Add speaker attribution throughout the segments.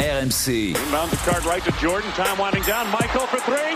Speaker 1: RMC.
Speaker 2: Inbound the card right to Jordan. Time winding down. Michael for three.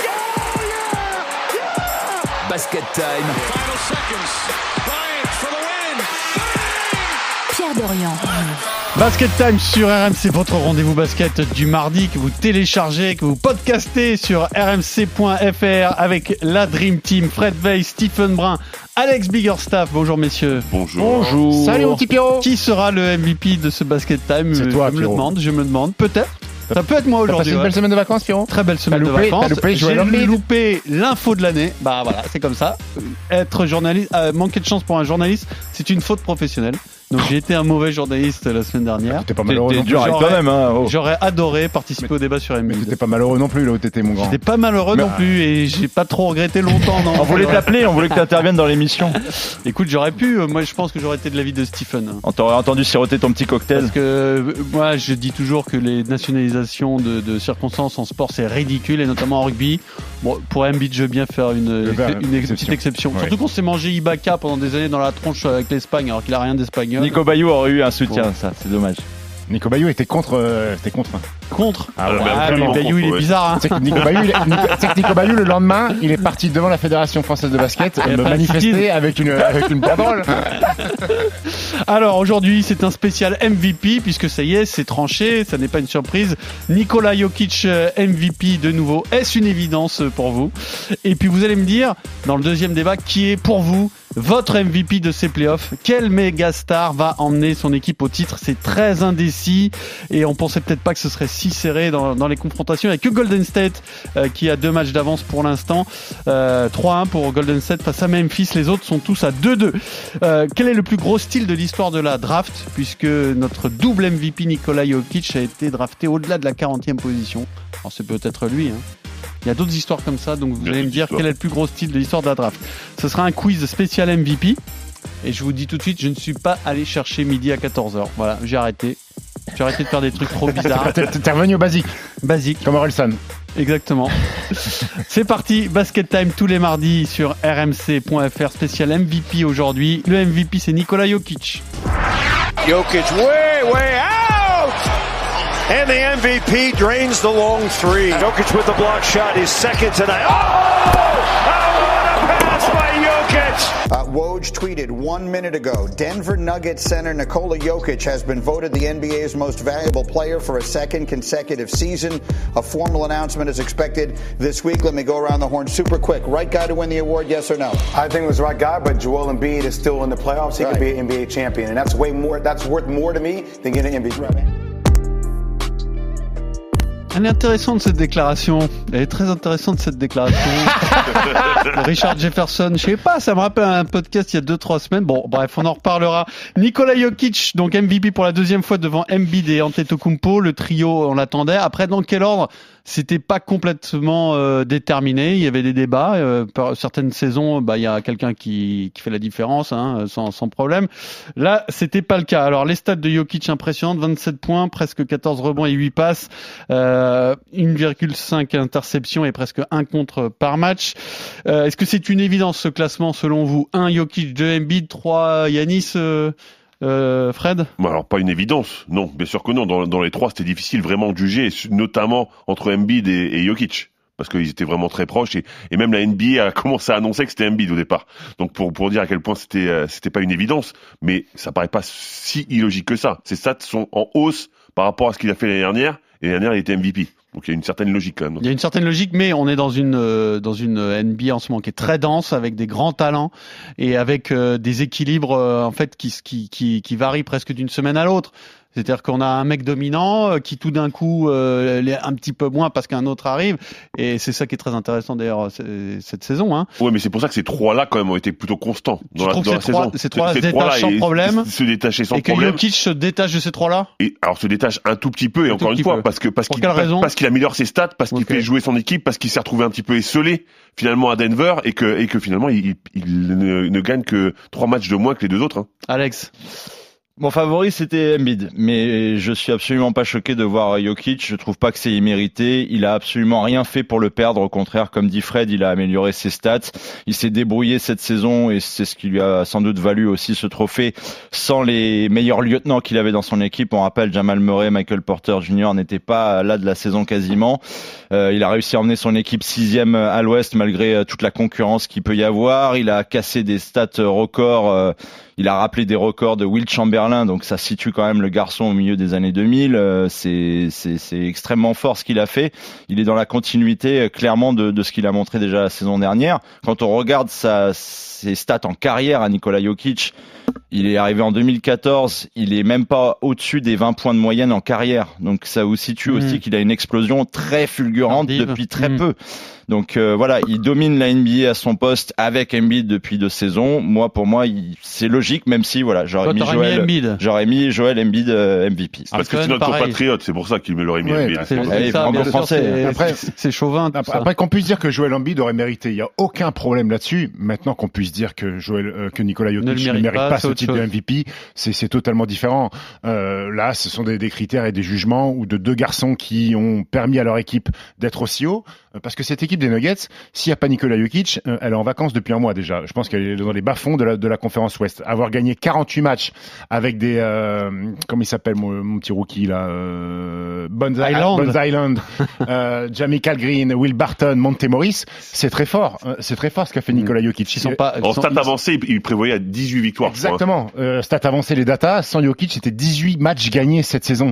Speaker 2: Yeah!
Speaker 1: Basket time.
Speaker 2: Final seconds. Bryant for the win.
Speaker 3: Pierre Dorian.
Speaker 4: Basket Time sur RMC, votre rendez-vous basket du mardi que vous téléchargez, que vous podcastez sur rmc.fr avec la Dream Team, Fred Veil, Stephen Brun, Alex Biggerstaff. Bonjour messieurs.
Speaker 5: Bonjour.
Speaker 4: Salut mon petit Pierrot. Qui sera le MVP de ce Basket Time?
Speaker 5: C'est toi,
Speaker 4: je me demande, peut-être. Ça peut être moi aujourd'hui.
Speaker 5: T'as passé une belle semaine de vacances, Pierrot?
Speaker 4: Très belle semaine de vacances. J'ai loupé l'info de l'année. Bah voilà, c'est comme ça. Être journaliste, manquer de chance pour un journaliste, c'est une faute professionnelle. Donc j'ai été un mauvais journaliste la semaine dernière.
Speaker 5: T'es pas malheureux non plus.
Speaker 4: Quand même, hein. J'aurais adoré participer au débat sur NBA.
Speaker 5: Mais t'étais pas malheureux non plus là où t'étais, mon grand.
Speaker 4: J'étais pas malheureux non plus et j'ai pas trop regretté longtemps. Non.
Speaker 6: On voulait t'appeler, on voulait que t'interviennes dans l'émission.
Speaker 4: Écoute, j'aurais pu. Moi, je pense que j'aurais été de l'avis de Stephen.
Speaker 6: On t'aurait entendu siroter ton petit cocktail.
Speaker 4: Parce que moi, je dis toujours que les nationalisations de circonstances en sport, c'est ridicule et notamment en rugby. Bon, pour Embiid, je veux bien faire une petite exception. Ouais. Surtout qu'on s'est mangé Ibaka pendant des années dans la tronche avec l'Espagne alors qu'il a rien d'espagnol.
Speaker 6: Nico Bayou aurait eu un soutien, ça, c'est dommage.
Speaker 5: Nico Bayou était contre.
Speaker 4: Contre.
Speaker 5: Ah ouais,
Speaker 4: mais Bayou, il est bizarre. Hein.
Speaker 5: C'est que Nico Bayou, le lendemain, il est parti devant la Fédération Française de Basket me manifester avec une banderole.
Speaker 4: Alors aujourd'hui, c'est un spécial MVP puisque ça y est, c'est tranché, ça n'est pas une surprise. Nikola Jokic MVP de nouveau. Est-ce une évidence pour vous? Et puis vous allez me dire, dans le deuxième débat, qui est pour vous votre MVP de ces playoffs? Quel méga star va emmener son équipe au titre? C'est très indécis et on pensait peut-être pas que ce serait si serré dans les confrontations. Il n'y a que Golden State qui a 2 matchs d'avance pour l'instant. 3-1 pour Golden State face à Memphis. Les autres sont tous à 2-2. Quel est le plus gros style de l'histoire de la draft? Puisque notre double MVP Nikola Jokic a été drafté au-delà de la 40e position. Alors c'est peut-être lui, hein. Il y a d'autres histoires comme ça, donc vous allez me dire quel est le plus gros style de l'histoire de la draft. Ce sera un quiz spécial MVP. Et je vous dis tout de suite, je ne suis pas allé chercher midi à 14h. Voilà, j'ai arrêté. J'ai arrêté de faire des trucs trop bizarres.
Speaker 5: T'es revenu au basique.
Speaker 4: Basique.
Speaker 5: Comme Orelsan.
Speaker 4: Exactement. C'est parti, Basket Time tous les mardis sur rmc.fr, spécial MVP aujourd'hui. Le MVP, c'est Nikola Jokic.
Speaker 2: Jokic way out! And the MVP drains the long three. Jokic with the block shot, his second tonight. Oh! What a pass by Jokic!
Speaker 7: Woj tweeted 1 minute ago, Denver Nuggets center Nikola Jokic has been voted the NBA's most valuable player for a second consecutive season. A formal announcement is expected this week. Let me go around the horn super quick. Right guy to win the award, yes or no?
Speaker 8: I think it was the right guy, but Joel Embiid is still in the playoffs. He could be an NBA champion, and that's way more. That's worth more to me than getting an MVP.
Speaker 4: Elle est intéressante cette déclaration. Elle est très intéressante cette déclaration. Richard Jefferson, je sais pas, ça me rappelle un podcast il y a 2-3 semaines. Bon, bref, on en reparlera. Nikola Jokic, donc MVP pour la deuxième fois devant Embiid et Antetokounmpo. Le trio, on l'attendait. Après, dans quel ordre? C'était pas complètement déterminé. Il y avait des débats. Par certaines saisons, il y a quelqu'un qui fait la différence, hein, sans problème. Là, c'était pas le cas. Alors, les stats de Jokic impressionnantes, 27 points, presque 14 rebonds et 8 passes, 1,5 interceptions et presque 1 contre par match. Est-ce que c'est une évidence ce classement selon vous? 1 Jokic, 2 Embiid, 3 Giannis, Fred?
Speaker 9: Bon, alors pas une évidence, non, bien sûr que non. Dans les trois, c'était difficile vraiment de juger, notamment entre Embiid et Jokic, parce qu'ils étaient vraiment très proches et même la NBA a commencé à annoncer que c'était Embiid au départ. Donc pour dire à quel point c'était pas une évidence, mais ça paraît pas si illogique que ça. Ces stats sont en hausse par rapport à ce qu'il a fait l'année dernière, et l'année dernière il était MVP. Donc il y a une certaine logique quand même.
Speaker 4: Il y a une certaine logique, mais on est dans une NBA en ce moment qui est très dense, avec des grands talents et avec des équilibres en fait qui varient presque d'une semaine à l'autre. C'est-à-dire qu'on a un mec dominant qui tout d'un coup l'est un petit peu moins parce qu'un autre arrive, et c'est ça qui est très intéressant d'ailleurs cette saison. Hein.
Speaker 9: Ouais, mais c'est pour ça que ces trois-là quand même ont été plutôt constants dans la saison.
Speaker 4: Ces trois se détachent sans problème.
Speaker 9: Se détacher sans problème.
Speaker 4: Et que Jokic se détache de ces trois-là.
Speaker 9: Et alors se détache un tout petit peu, et encore une fois parce qu'il améliore ses stats, parce qu'il fait jouer son équipe, parce qu'il s'est retrouvé un petit peu esselé finalement à Denver, et que finalement il ne gagne que 3 matchs de moins que les deux autres. Hein.
Speaker 4: Alex.
Speaker 6: Mon favori, c'était Embiid, mais je suis absolument pas choqué de voir Jokic. Je trouve pas que c'est immérité. Il a absolument rien fait pour le perdre. Au contraire, comme dit Fred, il a amélioré ses stats. Il s'est débrouillé cette saison et c'est ce qui lui a sans doute valu aussi ce trophée. Sans les meilleurs lieutenants qu'il avait dans son équipe, on rappelle Jamal Murray, Michael Porter Jr. n'étaient pas là de la saison quasiment. Il a réussi à emmener son équipe 6e à l'Ouest malgré toute la concurrence qu'il peut y avoir. Il a cassé des stats records. Il a rappelé des records de Wilt Chamberlain, donc ça situe quand même le garçon au milieu des années 2000. C'est extrêmement fort ce qu'il a fait. Il est dans la continuité clairement de ce qu'il a montré déjà la saison dernière. Quand on regarde ses stats en carrière à Nikola Jokic, il est arrivé en 2014, il est même pas au-dessus des 20 points de moyenne en carrière. Donc ça vous situe aussi qu'il a une explosion très fulgurante depuis très peu. Donc voilà, il domine la NBA à son poste avec Embiid depuis 2 saisons. Pour moi, c'est logique, même si voilà, j'aurais mis Joel Embiid MVP.
Speaker 9: Parce que c'est notre compatriote, c'est pour ça qu'il me l'aurait mis Embiid.
Speaker 4: C'est chauvin.
Speaker 5: Après qu'on puisse dire que Joel Embiid aurait mérité, il y a aucun problème là-dessus. Maintenant qu'on puisse dire que Nikola Jokic ne mérite pas ce type de MVP, c'est totalement différent. Là, ce sont des critères et des jugements ou de 2 garçons qui ont permis à leur équipe d'être aussi haut. Parce que cette équipe des Nuggets, s'il n'y a pas Nikola Jokic, elle est en vacances depuis un mois déjà. Je pense qu'elle est dans les bas-fonds de la conférence Ouest. Avoir gagné 48 matchs avec des... comment il s'appelle mon petit rookie là Bones Island, Jamichael Green, Will Barton, Monte Morris, c'est très fort. C'est très fort ce qu'a fait Nikola Jokic.
Speaker 9: En stats avancés, il prévoyait à 18 victoires.
Speaker 5: Exactement. Stats avancés, les datas. Sans Jokic, c'était 18 matchs gagnés cette saison.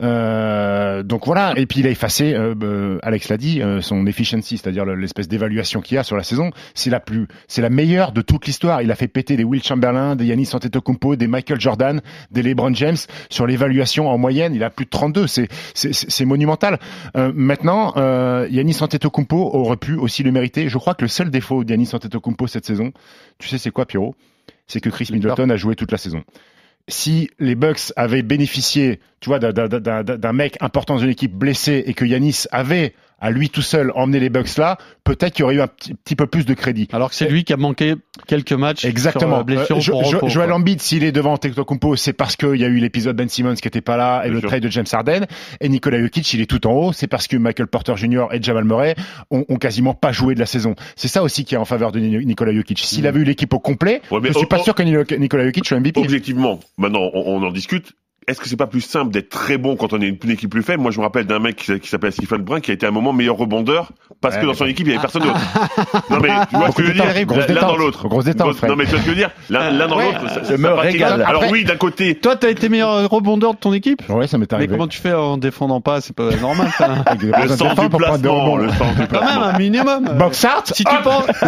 Speaker 5: Donc voilà. Et puis il a effacé, Alex l'a dit, son efficiency, c'est-à-dire l'espèce d'évaluation qu'il y a sur la saison, c'est la meilleure de toute l'histoire. Il a fait péter des Wilt Chamberlain, des Giannis Antetokounmpo, des Michael Jordan, des LeBron James sur l'évaluation en moyenne. Il a plus de 32. C'est monumental. Maintenant, Giannis Antetokounmpo aurait pu aussi le mériter. Je crois que le seul défaut de Giannis Antetokounmpo cette saison, tu sais c'est quoi, Pierrot? C'est que Chris Middleton a joué toute la saison. Si les Bucks avaient bénéficié, tu vois, d'un mec important dans une équipe blessé et que Giannis avait à lui tout seul emmené les Bucks là, peut-être qu'il y aurait eu un petit peu plus de crédit.
Speaker 4: Alors que c'est lui qui a manqué quelques matchs.
Speaker 5: Exactement.
Speaker 4: Sur blessure
Speaker 5: Joel Embiid, s'il est devant Antetokounmpo, c'est parce qu'il y a eu l'épisode Ben Simmons qui était pas là et le trade de James Harden. Et Nikola Jokic, il est tout en haut, c'est parce que Michael Porter Jr. et Jamal Murray ont quasiment pas joué de la saison. C'est ça aussi qui est en faveur de Nikola Jokic. S'il avait eu l'équipe au complet, je suis pas sûr que Nikola Jokic soit MVP.
Speaker 9: Objectivement, maintenant on en discute. Est-ce que c'est pas plus simple d'être très bon quand on est une équipe plus faible? Moi, je me rappelle d'un mec qui s'appelle Stephen Brun qui a été à un moment meilleur rebondeur parce que dans son équipe, il y avait personne d'autre. Non, mais tu vois ce que je veux dire? L'un dans l'autre.
Speaker 5: Grosse détente,
Speaker 9: Non, mais tu vois ce que je veux dire? L'un dans l'autre,
Speaker 6: ça me régale.
Speaker 9: Alors oui, d'un côté.
Speaker 4: Toi, t'as été meilleur rebondeur de ton équipe?
Speaker 5: Ouais, ça m'est arrivé.
Speaker 4: Mais comment tu fais en défendant pas? C'est pas normal, ça.
Speaker 9: Le sens du placement.
Speaker 4: Quand même, un minimum.
Speaker 5: Box out.
Speaker 4: Si tu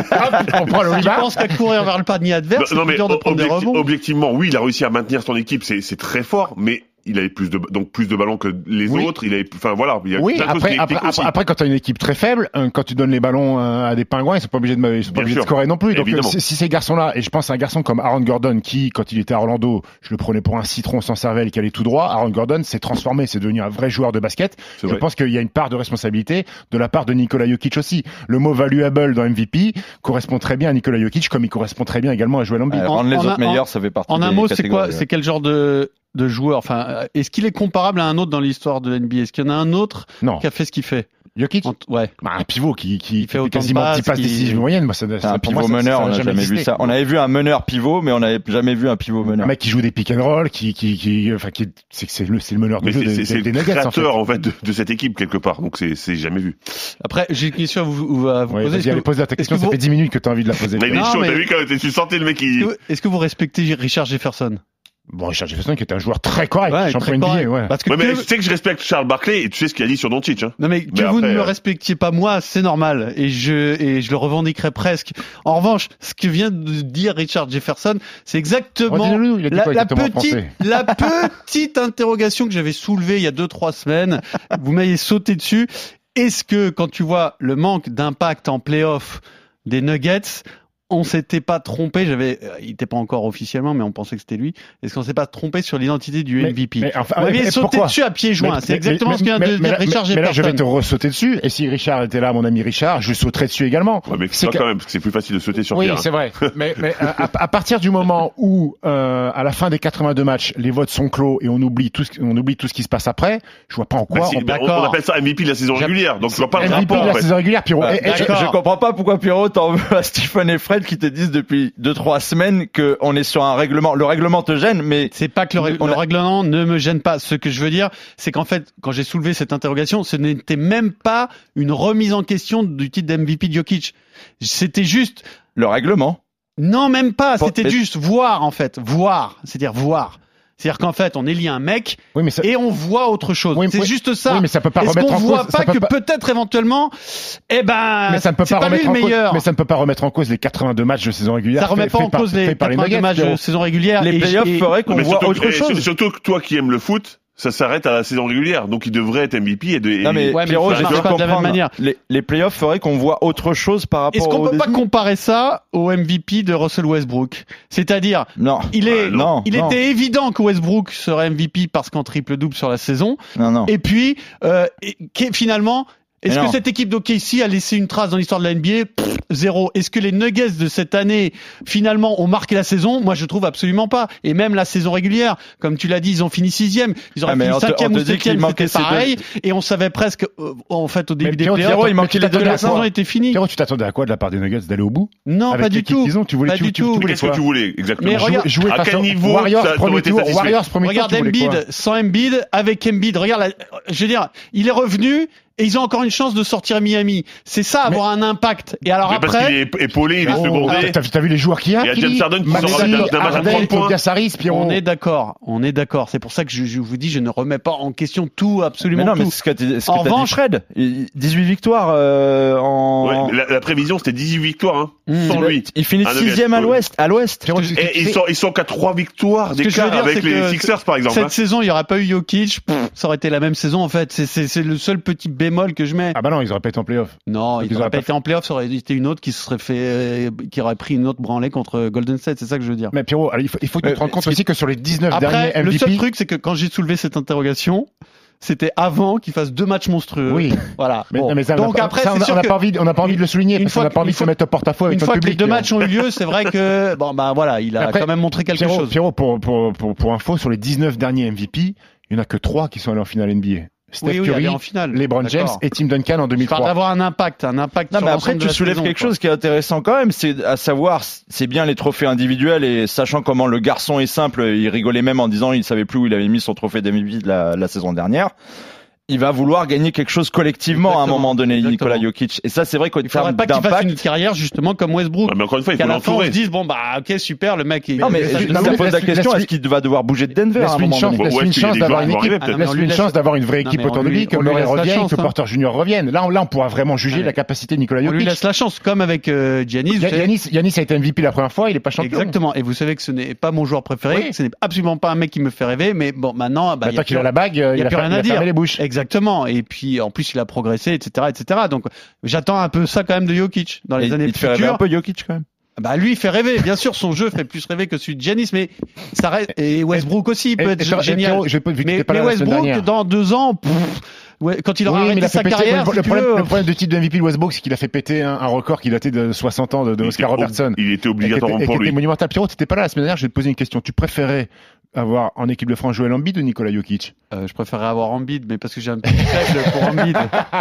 Speaker 4: penses qu'à courir vers le panier adverse, c'est dur de prendre des rebonds.
Speaker 9: Objectivement, oui, il a réussi à maintenir son équipe, c'est très fort, mais il avait plus de ballons que les autres. Il avait, enfin voilà. Il y a
Speaker 5: après, quand tu as une équipe très faible, quand tu donnes les ballons à des pingouins, ils sont pas obligés de scorer non plus. Donc si ces garçons-là, et je pense à un garçon comme Aaron Gordon qui, quand il était à Orlando, je le prenais pour un citron sans cervelle qui allait tout droit. Aaron Gordon s'est transformé, c'est devenu un vrai joueur de basket. Je pense qu'il y a une part de responsabilité de la part de Nikola Jokic aussi. Le mot valuable dans MVP correspond très bien à Nikola Jokic, comme il correspond très bien également à Joel Embiid.
Speaker 6: Rendre les autres meilleurs, ça fait partie.
Speaker 4: En un mot, c'est quoi? C'est quel genre de joueur? Enfin, est-ce qu'il est comparable à un autre dans l'histoire de NBA? Est-ce qu'il y en a un autre qui a fait ce qu'il fait?
Speaker 5: Jokic?
Speaker 4: Ouais.
Speaker 5: Un pivot qui
Speaker 4: fait autant
Speaker 5: quasiment
Speaker 4: de passes,
Speaker 5: petit passe décisive moyenne. Moi,
Speaker 6: un pivot meneur, on n'a jamais vu ça. On avait vu un meneur pivot, mais on n'avait jamais vu un pivot meneur.
Speaker 5: Un mec qui joue des pick and roll, c'est le meneur de jeu des Nuggets.
Speaker 9: C'est le créateur, en fait, de cette équipe, quelque part. Donc, c'est jamais vu.
Speaker 4: Après, j'ai une question à vous poser.
Speaker 5: Vas-y, pose ta question. Ça fait 10 minutes que tu as envie de la poser.
Speaker 9: Mais il est chaud, t'as vu quand tu sentais le mec qui...
Speaker 4: Est-ce que vous respectez Richard Jefferson?
Speaker 5: Bon, Richard Jefferson qui était un joueur très correct, champion NBA, ouais.
Speaker 4: Parce que
Speaker 9: mais tu sais que je respecte Charles Barkley et tu sais ce qu'il a dit sur Doncic, hein.
Speaker 4: Non mais que vous ne me respectiez pas moi, c'est normal et je le revendiquerai presque. En revanche, ce que vient de dire Richard Jefferson, c'est exactement la petite interrogation que j'avais soulevée il y a 2-3 semaines. Vous m'avez sauté dessus. Est-ce que quand tu vois le manque d'impact en play-off des Nuggets, on s'était pas trompé, il était pas encore officiellement, mais on pensait que c'était lui. Est-ce qu'on s'est pas trompé sur l'identité du MVP? Vous m'aviez sauté dessus à pieds joints. C'est exactement ce que vient de dire Richard Jefferson.
Speaker 5: Mais là, je vais te ressauter dessus. Et si Richard était là, mon ami Richard, je sauterais dessus également.
Speaker 9: Ouais, mais c'est quand même, parce que c'est plus facile de sauter sur Pierre.
Speaker 5: Oui, c'est vrai. mais à partir du moment où, à la fin des 82 matchs, les votes sont clos et on oublie tout ce qui se passe après, je vois pas en quoi.
Speaker 9: On appelle ça MVP de la saison régulière. Donc je vois pas le rapport.
Speaker 5: MVP de la saison régulière, Pierrot.
Speaker 6: Je comprends pas pourquoi Pierrot t'en veux à Stephen et Fred qui te disent depuis 2-3 semaines que on est sur un règlement. Le règlement te gêne, mais
Speaker 4: c'est pas que le règlement ne me gêne pas. Ce que je veux dire, c'est qu'en fait, quand j'ai soulevé cette interrogation, ce n'était même pas une remise en question du titre d'MVP de Jokic. C'était juste
Speaker 6: le règlement.
Speaker 4: Non, même pas. C'était juste voir, en fait. Voir. C'est-à-dire voir. C'est-à-dire qu'en fait, on élit un mec et on voit autre chose. C'est juste ça.
Speaker 5: Oui, mais ça peut pas
Speaker 4: remettre en cause. Est-ce qu'on voit pas que peut-être éventuellement,
Speaker 5: mais ça ne peut pas remettre en cause. Mais ça ne peut pas remettre en cause les 82 matchs de saison régulière.
Speaker 4: Ça remet pas en cause les 82 matchs de saison régulière.
Speaker 6: Les playoffs feraient qu'on voit autre chose.
Speaker 9: Surtout que toi qui aimes le foot, ça s'arrête à la saison régulière, donc il devrait être MVP
Speaker 6: Non mais Pierrot, je marche
Speaker 4: pas de la même manière.
Speaker 6: Les playoffs feraient qu'on voit autre chose par rapport.
Speaker 4: Est-ce qu'on peut pas comparer ça au MVP de Russell Westbrook? C'est-à-dire, il était évident que Westbrook serait MVP parce qu'en triple-double sur la saison.
Speaker 6: Non.
Speaker 4: Et puis, finalement. Est-ce que cette équipe d'OKC a laissé une trace dans l'histoire de la NBA? Zéro. Est-ce que les Nuggets de cette année, finalement, ont marqué la saison? Moi, je trouve absolument pas. Et même la saison régulière, comme tu l'as dit, ils ont fini 6e. Ils auraient fini 5e ou 7e, c'était pareil. Et on savait presque, en fait, au début des playoffs,
Speaker 6: il manquait les deux.
Speaker 4: La saison était finie.
Speaker 5: Pierrot, tu t'attendais à quoi de la part des Nuggets? D'aller au bout?
Speaker 4: Non, pas du tout.
Speaker 5: Pas du tout.
Speaker 9: Qu'est-ce que tu voulais exactement?
Speaker 4: Mais regarde,
Speaker 5: jouer
Speaker 9: à quel niveau
Speaker 5: Warriors premier tour?
Speaker 4: Regarde Embiid, sans Embiid, avec Embiid. Regarde, je veux dire, il est revenu. Et ils ont encore une chance de sortir Miami. C'est ça, avoir un impact. Et alors après.
Speaker 9: Parce qu'il est épaulé, il est secondé.
Speaker 5: T'as vu les joueurs qu'il y a?
Speaker 9: Il y a James Harden qui sort d'un match à 30 points.
Speaker 4: On est d'accord. C'est pour ça que je vous dis, je ne remets pas en question tout, absolument tout.
Speaker 6: Mais non, mais ce que t'as dit, Fred. 18 victoires,
Speaker 9: Ouais, la prévision, c'était 18 victoires, sans lui.
Speaker 6: Il finit 6e à l'ouest.
Speaker 9: Et ils sont qu'à 3 victoires d'écart avec les Sixers, par exemple.
Speaker 4: Cette saison, il n'y aurait pas eu Jokic. Ça aurait été la même saison, en fait. C'est le seul petit bémol que je mets.
Speaker 5: Ah bah non, ils auraient pas été en play-off.
Speaker 4: Non, ils auraient pas été en play-off, ça aurait été une autre qui se serait fait, qui aurait pris une autre branlée contre Golden State, c'est ça que je veux dire.
Speaker 5: Mais Pierrot, il faut que tu te rendes compte aussi que sur les 19 derniers MVP.
Speaker 4: Le seul truc, c'est que quand j'ai soulevé cette interrogation, c'était avant qu'il fasse 2 matchs monstrueux.
Speaker 5: Oui.
Speaker 4: Voilà.
Speaker 5: Mais ça, donc après, on n'a pas envie de le souligner, parce qu'on n'a pas envie de se mettre au porte-à-faux avec le public.
Speaker 4: Une fois que les 2 matchs ont eu lieu, c'est vrai que, voilà, il a quand même montré quelque chose.
Speaker 5: Pierrot, pour info, sur les 19 derniers MVP, il y en a que 3 qui sont allés en finale NBA. Steph Curry, LeBron James et Tim Duncan en 2003.
Speaker 4: Je parle d'avoir un impact
Speaker 6: non,
Speaker 4: sur
Speaker 6: mais après, tu soulèves quelque chose qui est intéressant quand même, c'est à savoir, c'est bien les trophées individuels et sachant comment le garçon est simple, il rigolait même en disant il savait plus où il avait mis son trophée d'MVP de la saison dernière. Il va vouloir gagner quelque chose collectivement à un moment donné, Nikola Jokic. Et ça, c'est vrai qu'au terme d'impact. Il faudrait pas qu'il fasse
Speaker 4: une carrière, justement, comme Westbrook.
Speaker 9: Mais encore une fois, il faut
Speaker 4: l'entourer. Qu'à la fin, on se dise, ok, super, le mec,
Speaker 6: Non, mais ça pose la question, est-ce qu'il va devoir bouger de Denver à un moment donné?
Speaker 5: Laisse-lui une chance d'avoir une équipe, laisse-lui une chance d'avoir une vraie équipe autour de lui, que Murray revienne, que Porter Jr. revienne. Là, on pourra vraiment juger la capacité de Nikola Jokic.
Speaker 4: On lui laisse la chance, comme avec Giannis.
Speaker 5: Giannis a été MVP la première fois, il est pas champion.
Speaker 4: Exactement. Et vous savez que ce n'est pas mon joueur préféré. Ce n'est absolument pas un mec qui me fait rêver, mais bon, maintenant,
Speaker 5: tant qu'il a la bague, il a plus rien à dire.
Speaker 4: Exactement. Et puis en plus il a progressé, etc. Donc j'attends un peu ça quand même de Jokic dans les années futures. Il
Speaker 6: fait rêver un peu Jokic quand même.
Speaker 4: Bah lui il fait rêver, bien sûr son jeu fait plus rêver que celui de Giannis, mais ça reste, et Westbrook aussi il peut être génial. Mais Westbrook dans 2 ans, quand il aura arrêté sa carrière,
Speaker 5: le problème du titre de MVP de Westbrook, c'est qu'il a fait péter un record qui datait de 60 ans de Oscar Robertson.
Speaker 9: Il était obligatoirement pour lui.
Speaker 5: Monumental. Pierrot, t'étais pas là la semaine dernière, je vais te poser une question. Tu préférais avoir en équipe de France Joel Embiid ou Nikola Jokic?
Speaker 4: Je préférais avoir Embiid, mais parce que j'ai un petit faible pour Embiid.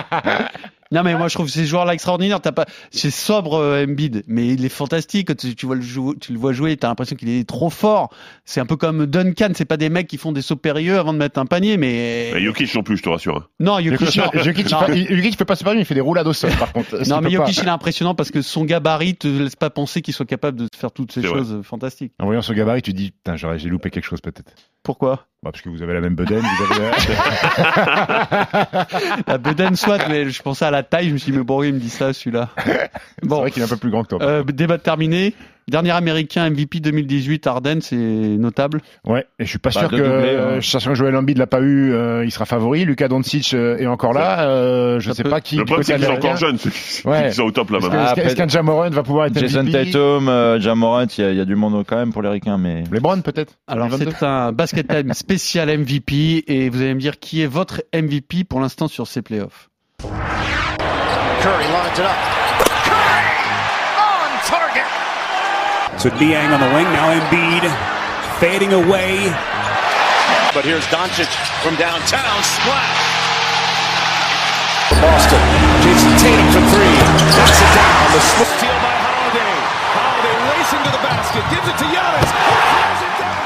Speaker 4: Non mais moi je trouve ces joueurs-là extraordinaires. C'est sobre Embiid, mais il est fantastique. Quand tu le vois jouer, t'as l'impression qu'il est trop fort. C'est un peu comme Duncan. C'est pas des mecs qui font des sauts périlleux avant de mettre un panier, mais.
Speaker 9: Jokic non plus, je te rassure.
Speaker 4: Non, Jokic
Speaker 5: fait pas super bien, il fait des roulades au sol par contre.
Speaker 4: Non mais Jokic il est impressionnant parce que son gabarit te laisse pas penser qu'il soit capable de faire toutes ces choses fantastiques.
Speaker 5: En voyant son gabarit, tu dis putain, j'ai loupé quelque chose peut-être.
Speaker 4: Pourquoi?
Speaker 5: Parce que vous avez la même bedaine,
Speaker 4: La bedaine soit, mais je pensais à la taille, je me suis dit mais bon, il me dit ça celui-là.
Speaker 5: Bon. C'est vrai qu'il est un peu plus grand que toi.
Speaker 4: Débat terminé. Dernier américain MVP 2018, Harden, c'est notable.
Speaker 5: Ouais, et je suis pas sûr que,
Speaker 6: doubler,
Speaker 5: sachant que Joel Embiid l'a pas eu, il sera favori. Luka Doncic est encore là. Je sais pas qui.
Speaker 9: Le problème, c'est qu'ils sont encore jeunes,
Speaker 5: Ouais.
Speaker 9: ils sont au top là maintenant.
Speaker 5: Est-ce qu'un Ja Morant va pouvoir être
Speaker 6: Jason
Speaker 5: MVP?
Speaker 6: Tatum, Ja Morant, il y a du monde quand même pour les Ricains, mais
Speaker 5: LeBron peut-être.
Speaker 4: Alors
Speaker 5: 2022.
Speaker 4: c'est un basket time spécial MVP et vous allez me dire qui est votre MVP pour l'instant sur ces playoffs.
Speaker 2: Curry lines it up. Curry on target.
Speaker 1: So Niang on the wing, now Embiid fading away.
Speaker 2: But here's Doncic from downtown, splash. Boston, Jason Tatum for three, knocks it down. The steal by Holiday. Holiday racing to the basket, gives it to Giannis. Throws it down.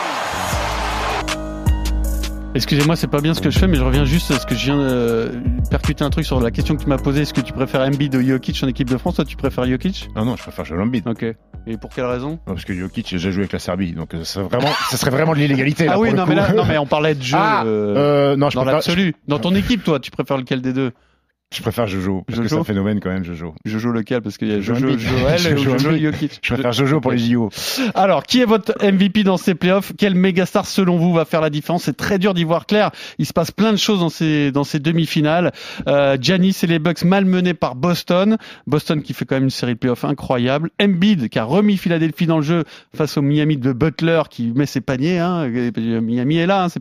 Speaker 4: Excusez-moi, c'est pas bien ce que je fais, mais je reviens juste à ce que je viens de percuter un truc sur la question que tu m'as posée. Est-ce que tu préfères Embiid ou Jokic en équipe de France? Toi, tu préfères Jokic?
Speaker 5: Non, je préfère Joel Embiid.
Speaker 4: Ok. Et pour quelle raison?
Speaker 5: Non, parce que Jokic a déjà joué avec la Serbie, donc ça serait vraiment de l'illégalité.
Speaker 4: Ah
Speaker 5: là,
Speaker 4: oui,
Speaker 5: pour le
Speaker 4: non
Speaker 5: coup.
Speaker 4: mais là, non mais on parlait de jeu.
Speaker 5: Non, je
Speaker 4: dans
Speaker 5: préfère,
Speaker 4: l'absolu. Dans ton équipe, toi, tu préfères lequel des deux?
Speaker 5: je préfère Jojo, parce que
Speaker 4: Jojo
Speaker 5: c'est un phénomène quand même, Jojo.
Speaker 4: Jojo lequel? Parce qu'il y a
Speaker 5: Jojo
Speaker 4: Jojo
Speaker 5: Embiid.
Speaker 4: Joel et
Speaker 5: Jojo
Speaker 4: Jojo
Speaker 5: Embiid.
Speaker 4: Jokic.
Speaker 5: Je préfère Jojo pour les JO.
Speaker 4: Alors, qui est votre MVP dans ces playoffs? Quel mégastar selon vous va faire la différence? C'est très dur d'y voir clair. Il se passe plein de choses dans ces demi-finales. Giannis et les Bucks malmenés par Boston. Boston qui fait quand même une série de playoffs incroyable. Embiid qui a remis Philadelphie dans le jeu face au Miami de Butler qui met ses paniers. Hein. Miami est là. Hein.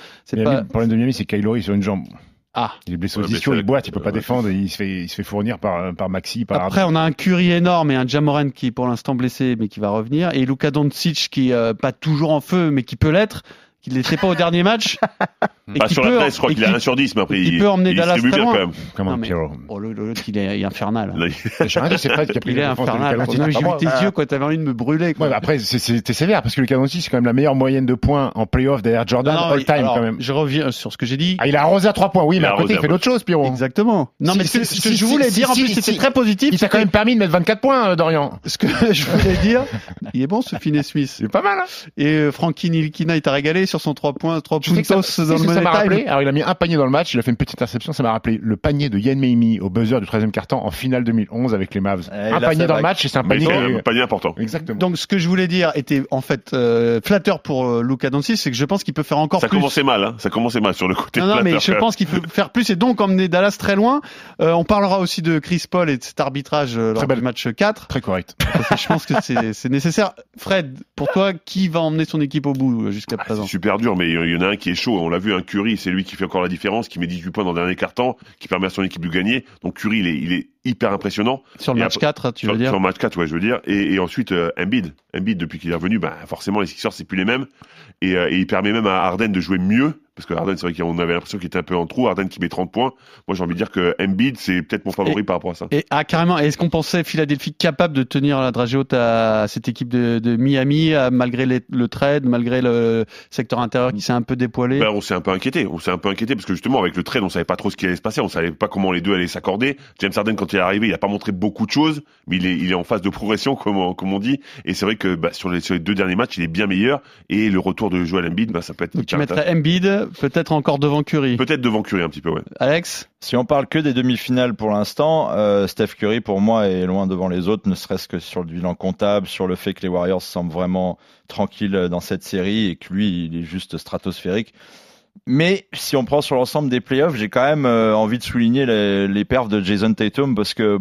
Speaker 5: Le problème de Miami, c'est Kyle Lowry sur une jambe.
Speaker 4: Ah.
Speaker 5: Il est blessé aux
Speaker 9: Ouais,
Speaker 5: ischios,
Speaker 9: mais
Speaker 5: il boite, il peut pas défendre, et il se fait fournir par Maxi, par
Speaker 4: Après, on a un Curry énorme et un Ja Morant qui est pour l'instant blessé, mais qui va revenir. Et Luka Doncic qui pas toujours en feu, mais qui peut l'être, qui ne l'était pas au dernier match. Et qui
Speaker 9: Sur
Speaker 4: peut-
Speaker 9: la presse, je crois
Speaker 4: et
Speaker 9: qu'il est
Speaker 4: qui-
Speaker 9: à 1 sur 10, mais après,
Speaker 4: il peut emmener Dallas
Speaker 9: distribue
Speaker 4: très
Speaker 9: bien
Speaker 4: loin.
Speaker 9: quand même.
Speaker 5: Comment
Speaker 4: Non, mais-
Speaker 5: Pierrot.
Speaker 4: Oh, l'autre, il est infernal.
Speaker 9: Là,
Speaker 5: J'ai rien dit, c'est Fred qui a pris
Speaker 4: Il est
Speaker 5: la défense de Luka
Speaker 4: infernal.
Speaker 5: Doncic.
Speaker 4: Non, mais j'ai
Speaker 5: Ah,
Speaker 4: vu
Speaker 5: bon,
Speaker 4: tes yeux, quoi. T'avais envie de me brûler, quoi.
Speaker 5: Ouais, bah après, c'était sévère, parce que Luka Doncic, c'est quand même la meilleure moyenne de points en playoff derrière Jordan
Speaker 4: Non,
Speaker 5: all time,
Speaker 4: alors,
Speaker 5: quand même.
Speaker 4: Je reviens sur ce que j'ai dit.
Speaker 5: Ah, il a arrosé à 3 points, oui,
Speaker 9: Il
Speaker 5: mais
Speaker 9: a
Speaker 5: à côté,
Speaker 9: arrosé,
Speaker 5: il fait
Speaker 9: ouais.
Speaker 5: d'autres choses, Pierrot.
Speaker 4: Exactement. Non,
Speaker 5: Si,
Speaker 4: mais
Speaker 5: si,
Speaker 4: ce que je
Speaker 5: si,
Speaker 4: voulais
Speaker 5: si,
Speaker 4: dire, en
Speaker 5: si,
Speaker 4: plus,
Speaker 5: si.
Speaker 4: c'était très positif.
Speaker 5: Il t'a quand même permis de mettre 24 points, Dorian.
Speaker 4: Ce que je voulais dire, il est bon, ce Finney Smith.
Speaker 5: C'est pas mal, hein.
Speaker 4: Et Frankie Ntilikina, il t'a régalé sur son 3 points, 3
Speaker 5: Tu sais que ça,
Speaker 4: puntos dans le
Speaker 5: ça
Speaker 4: Money
Speaker 5: m'a rappelé.
Speaker 4: Time.
Speaker 5: Alors, il a mis un panier dans le match, il a fait une petite interception, ça m'a rappelé le panier de Yann Meimi au buzzer du 13e quart-temps en finale 2011 avec les Mavs.
Speaker 6: il
Speaker 5: Un
Speaker 6: a
Speaker 5: panier
Speaker 6: fait
Speaker 5: dans le
Speaker 6: bac.
Speaker 5: match et c'est un
Speaker 9: mais
Speaker 5: panier.
Speaker 9: c'est pas important.
Speaker 5: Exactement.
Speaker 4: Donc, ce que je voulais dire était en fait flatteur pour Luka Doncic, c'est que je pense qu'il peut faire encore
Speaker 9: Ça
Speaker 4: plus.
Speaker 9: commençait mal, hein. Ça commençait mal sur le côté
Speaker 4: Non, non, mais
Speaker 9: flatteur.
Speaker 4: je pense qu'il peut faire plus et donc emmener Dallas très loin. On parlera aussi de Chris Paul et de cet arbitrage lors
Speaker 5: Très belle.
Speaker 4: du match 4.
Speaker 5: Très correct.
Speaker 4: Parce que je pense que c'est nécessaire. Fred, pour toi, qui va emmener son équipe au bout jusqu'à
Speaker 9: Ah,
Speaker 4: présent?
Speaker 9: c'est super dur, mais il y en a un qui est chaud. On l'a vu, un Curry, c'est lui qui fait encore la différence, qui met 18 points dans le dernier quart-temps, qui permet à son équipe de gagner. Donc Curry, il est hyper impressionnant.
Speaker 4: Sur le
Speaker 9: Et
Speaker 4: match
Speaker 9: après-
Speaker 4: 4, tu
Speaker 9: sur,
Speaker 4: veux dire?
Speaker 9: sur le match 4, ouais, je veux dire. Et ensuite, Embiid, depuis qu'il est revenu, forcément, les Sixers, c'est plus les mêmes. Et il permet même à Harden de jouer mieux. Parce que Harden, c'est vrai qu'on avait l'impression qu'il était un peu en trou. Harden qui met 30 points. Moi, j'ai envie de dire que Embiid, c'est peut-être mon favori par rapport à ça.
Speaker 4: Et carrément. Et est-ce qu'on pensait Philadelphie capable de tenir la dragée haute à cette équipe de Miami, malgré le trade, malgré le secteur intérieur qui s'est un peu dépoilé?
Speaker 9: On s'est un peu inquiété. Parce que justement, avec le trade, on savait pas trop ce qui allait se passer. On savait pas comment les deux allaient s'accorder. James Harden, quand il est arrivé, il a pas montré beaucoup de choses, mais il est en phase de progression, comme on dit. Et c'est vrai que sur les 2 derniers matchs, il est bien meilleur. Et le retour de Joel Embiid, ça peut être.
Speaker 4: Donc tu mettrais Embiid, peut-être encore devant Curry.
Speaker 9: Peut-être devant Curry un petit peu, ouais.
Speaker 4: Alex?
Speaker 6: Si on parle que des demi-finales pour l'instant, Steph Curry pour moi est loin devant les autres, ne serait-ce que sur le bilan comptable, sur le fait que les Warriors semblent vraiment tranquilles dans cette série et que lui, il est juste stratosphérique. Mais si on prend sur l'ensemble des playoffs, j'ai quand même envie de souligner les perfs de Jason Tatum parce que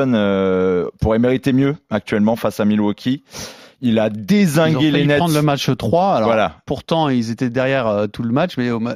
Speaker 6: Boston pourrait mériter mieux actuellement face à Milwaukee. Il a dézingué les Nets.
Speaker 4: Prendre le match 3. Alors,
Speaker 6: voilà.
Speaker 4: Pourtant, ils étaient derrière tout le match, mais au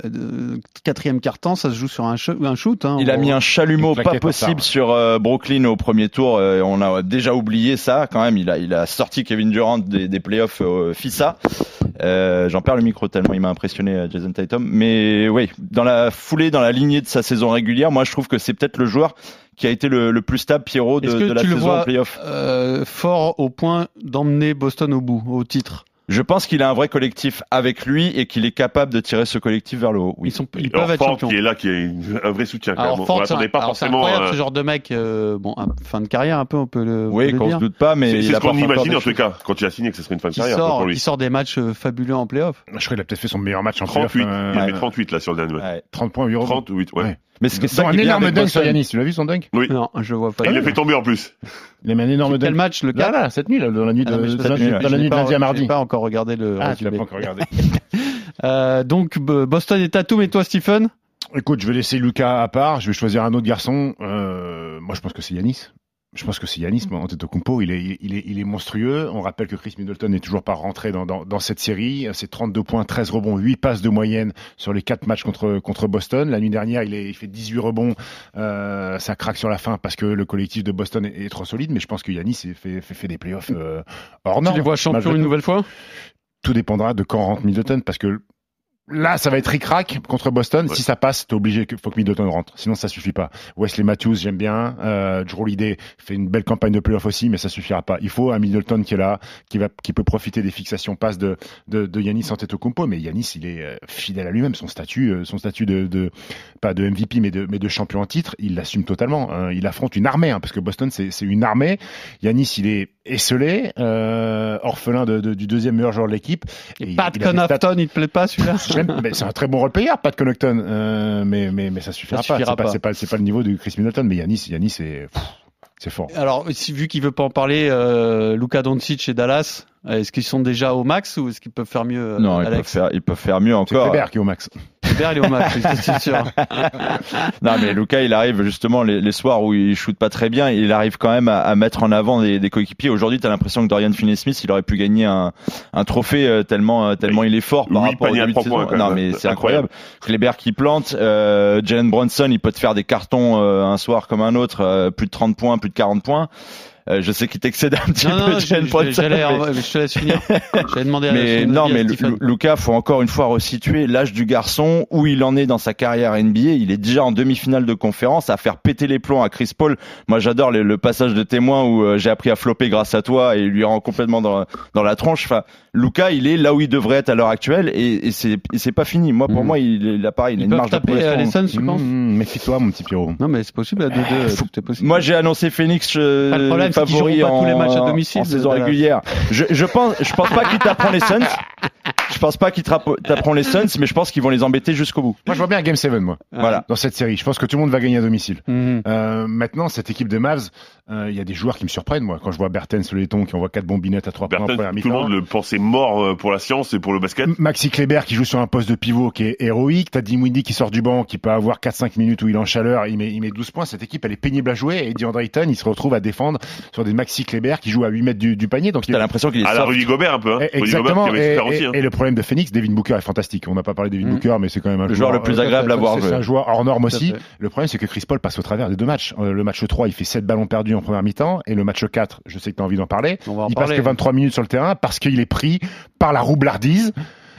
Speaker 4: 4e quart-temps, ça se joue sur un shoot. Hein,
Speaker 6: il a mis un chalumeau pas possible sur Brooklyn au premier tour. On a déjà oublié ça quand même. Il a sorti Kevin Durant des playoffs FISA. J'en perds le micro tellement il m'a impressionné Jason Tatum. Mais oui, dans la foulée, dans la lignée de sa saison régulière, moi je trouve que c'est peut-être le joueur qui a été le plus stable, Pierrot, de la saison en playoff.
Speaker 4: Fort au point d'emmener Boston au bout, au titre.
Speaker 6: Je pense qu'il a un vrai collectif avec lui et qu'il est capable de tirer ce collectif vers le haut. Oui.
Speaker 4: Ils peuvent être champions.
Speaker 9: Qui est là, qui a un vrai soutien.
Speaker 4: Alors,
Speaker 9: on l'attendait pas forcément.
Speaker 4: C'est incroyable ce genre de mec. Fin de carrière un peu, on peut le.
Speaker 6: Oui, qu'on se doute pas, mais
Speaker 9: c'est ce qu'on imaginait en tout cas quand il a signé que ce serait une fin de carrière pour lui.
Speaker 4: Qui sort des matchs fabuleux en playoff.
Speaker 5: Je crois qu'il a peut-être fait son meilleur match en
Speaker 9: 38.
Speaker 5: playoff.
Speaker 9: Il a mis 38 là sur le dernier match.
Speaker 5: 30 points, 8 rebonds.
Speaker 9: 38, ouais.
Speaker 6: Mais c'est ça
Speaker 5: un énorme dunk sur Giannis. Tu l'as vu son dunk?
Speaker 9: Oui.
Speaker 4: Non, je vois pas.
Speaker 9: Il l'a fait tomber en plus.
Speaker 5: Il a mis un énorme dunk.
Speaker 4: Quel match, le 4?
Speaker 5: Là, cette nuit, dans la nuit de lundi à mardi.
Speaker 4: J'ai pas encore regardé le
Speaker 5: Ah, tu l'as
Speaker 4: résumé.
Speaker 5: pas encore regardé.
Speaker 4: Donc Boston et Tatum, et toi Stephen?
Speaker 5: Écoute, je vais laisser Lucas à part. Je vais choisir un autre garçon. Moi, je pense que c'est Giannis. Je pense que c'est Giannis Antetokounmpo. Il est monstrueux. On rappelle que Chris Middleton n'est toujours pas rentré dans cette série. C'est 32 points, 13 rebonds, 8 passes de moyenne sur les 4 matchs contre Boston. La nuit dernière, il fait 18 rebonds. Ça craque sur la fin parce que le collectif de Boston est trop solide. Mais je pense que Giannis fait des playoffs hors normes.
Speaker 4: Tu les vois champions une nouvelle fois?
Speaker 5: Tout dépendra de quand rentre Middleton parce que là, ça va être ric-rac contre Boston. Ouais. Si ça passe, t'es obligé faut que Middleton rentre. Sinon, ça suffit pas. Wesley Matthews, j'aime bien. Drew Holiday fait une belle campagne de playoff aussi, mais ça suffira pas. Il faut un Middleton qui est là, qui peut profiter des fixations passes de Giannis Antetokounmpo. Mais Giannis, il est fidèle à lui-même. Son statut de pas de MVP, mais de champion en titre, il l'assume totalement. Il affronte une armée, parce que Boston, c'est une armée. Giannis, il est esselé, orphelin du deuxième meilleur joueur de l'équipe.
Speaker 4: Et Pat Connaughton, il te plaît pas celui-là?
Speaker 5: Mais c'est un très bon role-player, Pat Connaughton, mais ça suffira pas. C'est pas le niveau de Chris Middleton, mais Giannis c'est fort.
Speaker 4: Alors, vu qu'il veut pas en parler, Luka Doncic et Dallas, est-ce qu'ils sont déjà au max ou est-ce qu'ils peuvent faire mieux?
Speaker 6: Non,
Speaker 4: Alex,
Speaker 6: ils peuvent faire mieux encore.
Speaker 5: C'est Kleber qui est au max.
Speaker 4: Kleber, il est au max, c'est sûr.
Speaker 6: Non, mais Luka, il arrive justement les soirs où il shoot pas très bien, il arrive quand même à mettre en avant des coéquipiers. Aujourd'hui, t'as l'impression que Dorian Finney-Smith, il aurait pu gagner un trophée tellement il est fort par rapport au début de saison. Non, mais c'est incroyable. Kleber qui plante, Jalen Brunson, il peut te faire des cartons un soir comme un autre, plus de 30 points, plus de 40 points. Je sais qu'il t'excède un petit peu.
Speaker 4: Je te laisse finir. J'allais demander
Speaker 6: mais Luka, faut encore une fois resituer l'âge du garçon, où il en est dans sa carrière NBA. Il est déjà en demi-finale de conférence, à faire péter les plombs à Chris Paul. Moi, j'adore le passage de témoin où j'ai appris à flopper grâce à toi et il lui rend complètement dans la tronche. Enfin, Luka, il est là où il devrait être à l'heure actuelle et c'est pas fini. Moi, pour moi, il a pareil, il a une marge de progression.
Speaker 4: Les Suns, tu penses?
Speaker 5: Méfie-toi, mon petit Pierrot.
Speaker 4: Non, mais c'est possible à 2-2. Tout est possible.
Speaker 6: Moi, j'ai annoncé Phoenix favori
Speaker 4: tous les matchs à domicile
Speaker 6: en saison régulière. Je pense pas qu'il t'apprend les Suns. Je pense pas qu'ils t'apprend les Suns, mais je pense qu'ils vont les embêter jusqu'au bout.
Speaker 5: Moi, je vois bien un Game 7, moi.
Speaker 6: Voilà.
Speaker 5: Dans cette série. Je pense que tout le monde va gagner à domicile. Maintenant, cette équipe de Mavs, il y a des joueurs qui me surprennent, moi. Quand je vois Bertens sur les tons, qui envoie 4 bombinettes à 3 points en première mi-temps.
Speaker 9: Tout le monde le pensait mort pour la science et pour le basket.
Speaker 5: Maxi Kleber qui joue sur un poste de pivot qui est héroïque. T'as Dinwiddie qui sort du banc, qui peut avoir 4-5 minutes où il est en chaleur. Il met 12 points. Cette équipe, elle est pénible à jouer. Et DeAndre Ayton, il se retrouve à défendre sur des Maxi Kleber qui joue à 8 mètres du panier. Donc,
Speaker 6: t'as l'impression qu'il est
Speaker 9: à la Rudy Gobert un peu, hein.
Speaker 5: Exactement.
Speaker 9: Rudy Gobert qui avait super aussi,
Speaker 5: et le problème de Phoenix, Devin Booker est fantastique. On n'a pas parlé de Devin Booker, mais c'est quand même
Speaker 6: le joueur le plus agréable à voir.
Speaker 5: C'est un joueur hors norme aussi. Le problème, c'est que Chris Paul passe au travers des deux matchs. Le match 3, il fait 7 ballons perdus en première mi-temps. Et le match 4, je sais que tu as envie d'en parler. Il passe que 23 minutes sur le terrain parce qu'il est pris par la roublardise.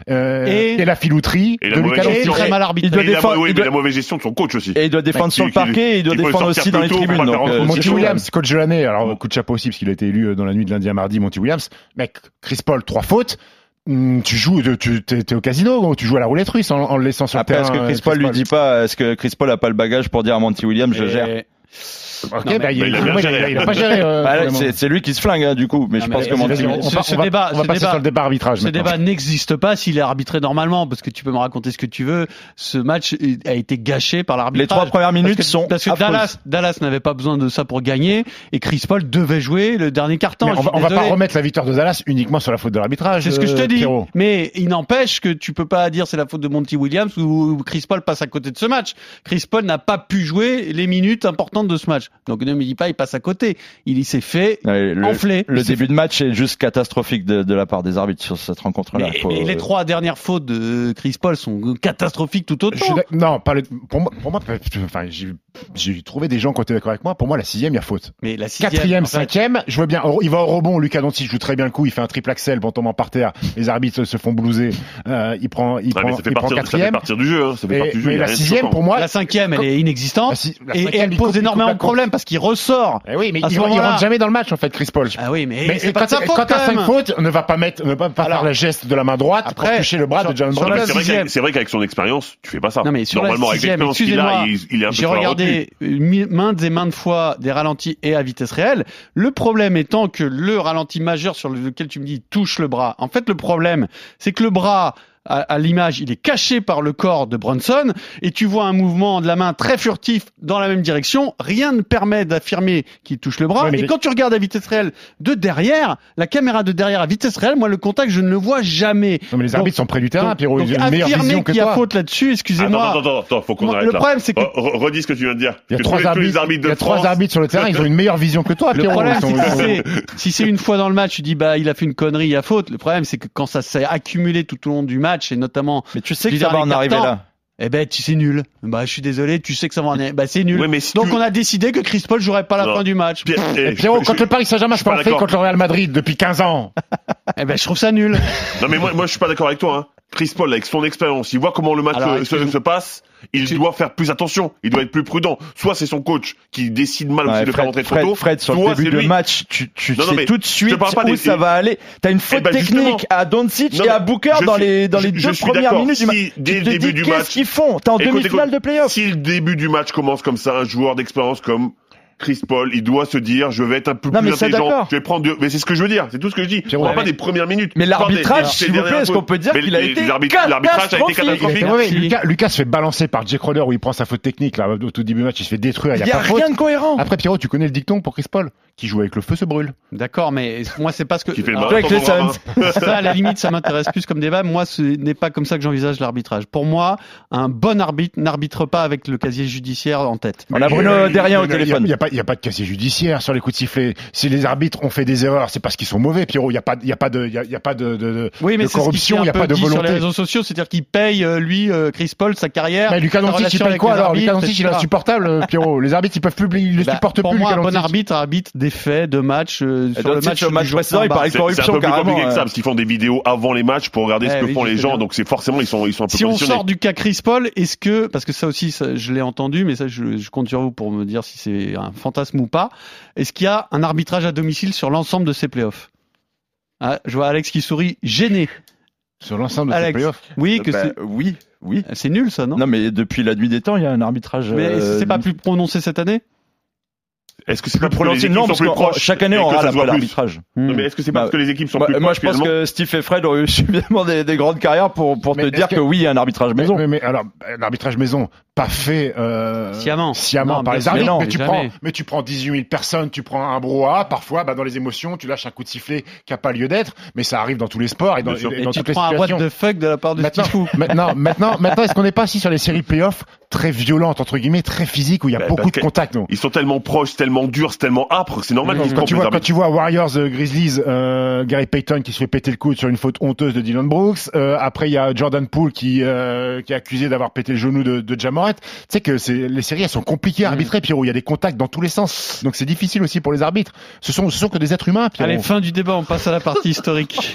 Speaker 5: Et la filouterie
Speaker 9: de Lucas Doncic.
Speaker 4: Très mal arbitré.
Speaker 9: Il doit la mauvaise gestion de son coach aussi.
Speaker 6: Et il doit défendre sur le parquet, et il doit défendre aussi dans les tribunes.
Speaker 5: Monty Williams, coach de l'année. Alors, coup de chapeau aussi, parce qu'il a été élu dans la nuit de lundi à mardi, Monty Williams. Mec, Chris Paul, 3 fautes. Tu joues, t'es au casino, tu joues à la roulette russe en le laissant sur le terrain.
Speaker 6: Est-ce que Chris Paul lui dit pas, est-ce que Chris Paul a pas le bagage pour dire à Monty Williams, je gère?
Speaker 5: Ok, non, il a pas géré.
Speaker 6: C'est lui qui se flingue, du coup. Mais je pense que
Speaker 5: on va passer sur le débat arbitrage.
Speaker 4: Ce débat n'existe pas s'il est arbitré normalement, parce que tu peux me raconter ce que tu veux. Ce match a été gâché par l'arbitrage.
Speaker 6: Les 3 premières minutes
Speaker 4: parce que Dallas n'avait pas besoin de ça pour gagner, et Chris Paul devait jouer le dernier quart-temps.
Speaker 5: On va pas remettre la victoire de Dallas uniquement sur la faute de l'arbitrage.
Speaker 4: C'est ce que je te dis. Mais il n'empêche que tu peux pas dire c'est la faute de Monty Williams ou Chris Paul passe à côté de ce match. Chris Paul n'a pas pu jouer les minutes importantes de ce match. Donc ne me dis pas il passe à côté. Il s'est fait enfler.
Speaker 6: Le début de match est juste catastrophique de la part des arbitres sur cette rencontre-là.
Speaker 4: Mais les 3 dernières fautes de Chris Paul sont catastrophiques tout autant.
Speaker 5: Non, pas pour moi, enfin, j'ai trouvé des gens qui étaient d'accord avec moi. Pour moi, la 6e, il y a faute. Mais la 4e, 5e, je vois bien. Il va au rebond. Lucas Doncic joue très bien le coup. Il fait un triple axel en tombant par terre. Les arbitres se font blouser. Il prend 4e.
Speaker 9: Ça fait partir du jeu.
Speaker 5: Mais la 6e, pour moi,
Speaker 4: la 5e, elle est inexistante. Et elle pose énormément de problèmes parce qu'il ressort.
Speaker 5: Oui, mais il rentre jamais dans le match en fait, Chris Paul.
Speaker 4: Ah oui, mais c'est pas de sa faute.
Speaker 5: Quand t'as 5 fautes, ne va pas faire le geste de la main droite pour toucher le bras de Jalen Brunson.
Speaker 9: C'est vrai qu'avec son expérience, tu fais pas ça.
Speaker 4: Non, mais normalement, avec l'expérience qu'il a, il est un peu. J'ai regardé maintes et maintes fois des ralentis et à vitesse réelle. Le problème étant que le ralenti majeur sur lequel tu me dis touche le bras. En fait, le problème, c'est que le bras à l'image, il est caché par le corps de Brunson, et tu vois un mouvement de la main très furtif dans la même direction. Rien ne permet d'affirmer qu'il touche le bras. Et quand tu regardes à vitesse réelle de derrière, la caméra de derrière à vitesse réelle, moi le contact je ne le vois jamais.
Speaker 5: Non mais les arbitres sont près du terrain, Pierrot.
Speaker 4: Donc
Speaker 5: Ils ont une meilleure vision
Speaker 4: affirmer
Speaker 5: que
Speaker 4: qu'il y a
Speaker 5: toi.
Speaker 4: faute là-dessus, excusez-moi.
Speaker 9: Attends, faut qu'on arrête
Speaker 4: le
Speaker 9: là.
Speaker 4: problème c'est que
Speaker 9: Redis ce que tu viens de dire.
Speaker 5: Il y a trois arbitres sur le terrain, ils ont une meilleure vision que toi,
Speaker 4: le
Speaker 5: Pierrot.
Speaker 4: problème c'est que si c'est une fois dans le match, tu dis bah il a fait une connerie, il y a faute. Le problème c'est que quand ça s'est accumulé tout au long du match et notamment
Speaker 6: mais tu sais que ça va en arriver là.
Speaker 4: Eh ben, c'est nul. Bah, je suis désolé, tu sais que ça va en arriver. Bah, c'est nul.
Speaker 9: Oui, mais si
Speaker 4: donc, on a décidé que Chris Paul jouerait pas la fin du match.
Speaker 5: Pierrot, quand le Paris Saint-Germain se fait contre le Real Madrid depuis 15 ans.
Speaker 4: Eh ben, je trouve ça nul.
Speaker 9: Non, mais moi, je suis pas d'accord avec toi, hein. Chris Paul, avec son expérience, il voit comment le match se passe, il doit faire plus attention, il doit être plus prudent. Soit c'est son coach qui décide mal aussi de faire rentrer trop tôt.
Speaker 6: Fred, sur le début de match, tu sais tout de suite où ça va aller. T'as une faute technique à Doncic et à Booker dans les 2 premières minutes du match.
Speaker 9: Dès le début du match,
Speaker 6: qu'est-ce qu'ils font? T'es en demi-finale de play-off.
Speaker 9: Si le début du match commence comme ça, un joueur d'expérience comme Chris Paul, il doit se dire, je vais être un peu plus intelligent. Je vais prendre mais c'est ce que je veux dire. C'est tout ce que je dis. On parle pas des premières minutes.
Speaker 6: Mais l'arbitrage, s'il vous plaît, est-ce qu'on peut dire qu'il a été
Speaker 9: l'arbitrage a été catastrophique.
Speaker 5: Lucas se fait balancer par Jay Crowder où il prend sa faute technique, là, au tout début du match, il se fait détruire.
Speaker 6: Il y a rien de cohérent.
Speaker 5: Après, Pierrot, tu connais le dicton pour Chris Paul? Qui joue avec le feu se brûle.
Speaker 4: D'accord, mais moi, c'est pas ce que...
Speaker 9: Ça,
Speaker 4: à la limite, ça m'intéresse plus comme débat. Moi, ce n'est pas comme ça que j'envisage l'arbitrage. Pour moi, un bon arbitre n'arbitre pas avec le casier judiciaire en tête.
Speaker 6: On a Bruno derrière au téléphone.
Speaker 5: Il y a pas de casier judiciaire sur les coups de sifflet. Si les arbitres ont fait des erreurs, c'est parce qu'ils sont mauvais, Pierrot. Il y a pas de
Speaker 4: oui, mais
Speaker 5: corruption, il y a pas de volonté.
Speaker 4: Sur les réseaux sociaux, c'est-à-dire qu'il paye, lui, Chris Paul, sa carrière.
Speaker 5: Mais Lucas Doncic, il paye quoi alors? Lucas Doncic, il est insupportable, Pierrot. Les arbitres, ils peuvent plus, ils le supportent plus.
Speaker 4: Pour moi, un bon arbitre des faits, de matchs. Sur le match
Speaker 6: précédent, il parlait de corruption.
Speaker 9: C'est un peu plus compliqué que ça, parce qu'ils font des vidéos avant les matchs pour regarder ce que font les gens, donc c'est forcément, ils sont un peu positionnés.
Speaker 4: Si on sort du cas Chris Paul, est-ce que, parce que ça aussi, je l'ai entendu, mais ça, je compte sur vous pour me dire si c'est un fantasme ou pas, est-ce qu'il y a un arbitrage à domicile sur l'ensemble de ces playoffs? Je vois Alex qui sourit, gêné.
Speaker 5: Sur l'ensemble de ces playoffs?
Speaker 4: Oui,
Speaker 6: oui.
Speaker 4: C'est nul, ça, non?
Speaker 6: Non, mais depuis la nuit des temps, il y a un arbitrage.
Speaker 4: Mais c'est pas plus prononcé cette année?
Speaker 9: Est-ce que c'est pas prononcé?
Speaker 6: Non, parce que chaque année on aura la voie d'arbitrage.
Speaker 9: Non, mais est-ce que c'est parce que les équipes sont plus proches?
Speaker 6: Moi, je pense que Steve et Fred ont eu suffisamment des grandes carrières pour te dire que oui, il y a un arbitrage maison.
Speaker 5: Mais alors, l'arbitrage maison, pas fait sciemment par les arbitres. Mais tu prends 18 000 personnes, tu prends un brouhaha. Parfois, dans les émotions, tu lâches un coup de sifflet qui a pas lieu d'être. Mais ça arrive dans tous les sports et dans toutes les situations.
Speaker 4: Tu prends un what the fuck de la part de Stifou.
Speaker 5: Maintenant, est-ce qu'on n'est pas assis sur les séries playoffs très violentes entre guillemets, très physiques où il y a beaucoup de contacts?
Speaker 9: Ils sont tellement proches, tellement durs, c'est tellement âpre, c'est normal qu'ils se trompent.
Speaker 5: Quand tu vois Warriors Grizzlies, Gary Payton qui se fait péter le coude sur une faute honteuse de Dillon Brooks. Après, il y a Jordan Poole qui est accusé d'avoir pété le genou de Ja Morant. Tu sais que les séries, elles sont compliquées à arbitrer, Pierrot. Il y a des contacts dans tous les sens. Donc c'est difficile aussi pour les arbitres. Ce sont que des êtres humains, Pierrot.
Speaker 4: Allez, fin du débat, on passe à la partie historique.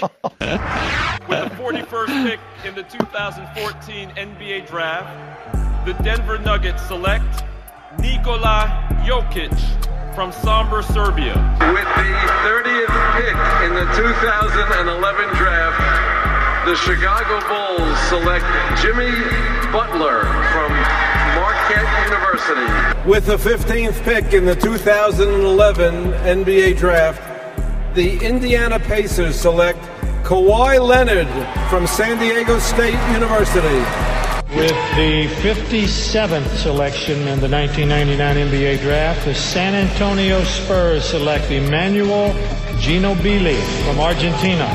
Speaker 10: With the 41st pick in the 2014 NBA draft, the Denver Nuggets select Nikola Jokic from Sombor, Serbia.
Speaker 11: With the 30th pick in the 2011 draft, the Chicago Bulls select Jimmy Butler from Marquette University.
Speaker 12: With the 15th pick in the 2011 NBA draft, the Indiana Pacers select Kawhi Leonard from San Diego State University.
Speaker 13: With the 57th selection in the 1999 NBA draft, the San Antonio Spurs select Emmanuel Ginobili from Argentina.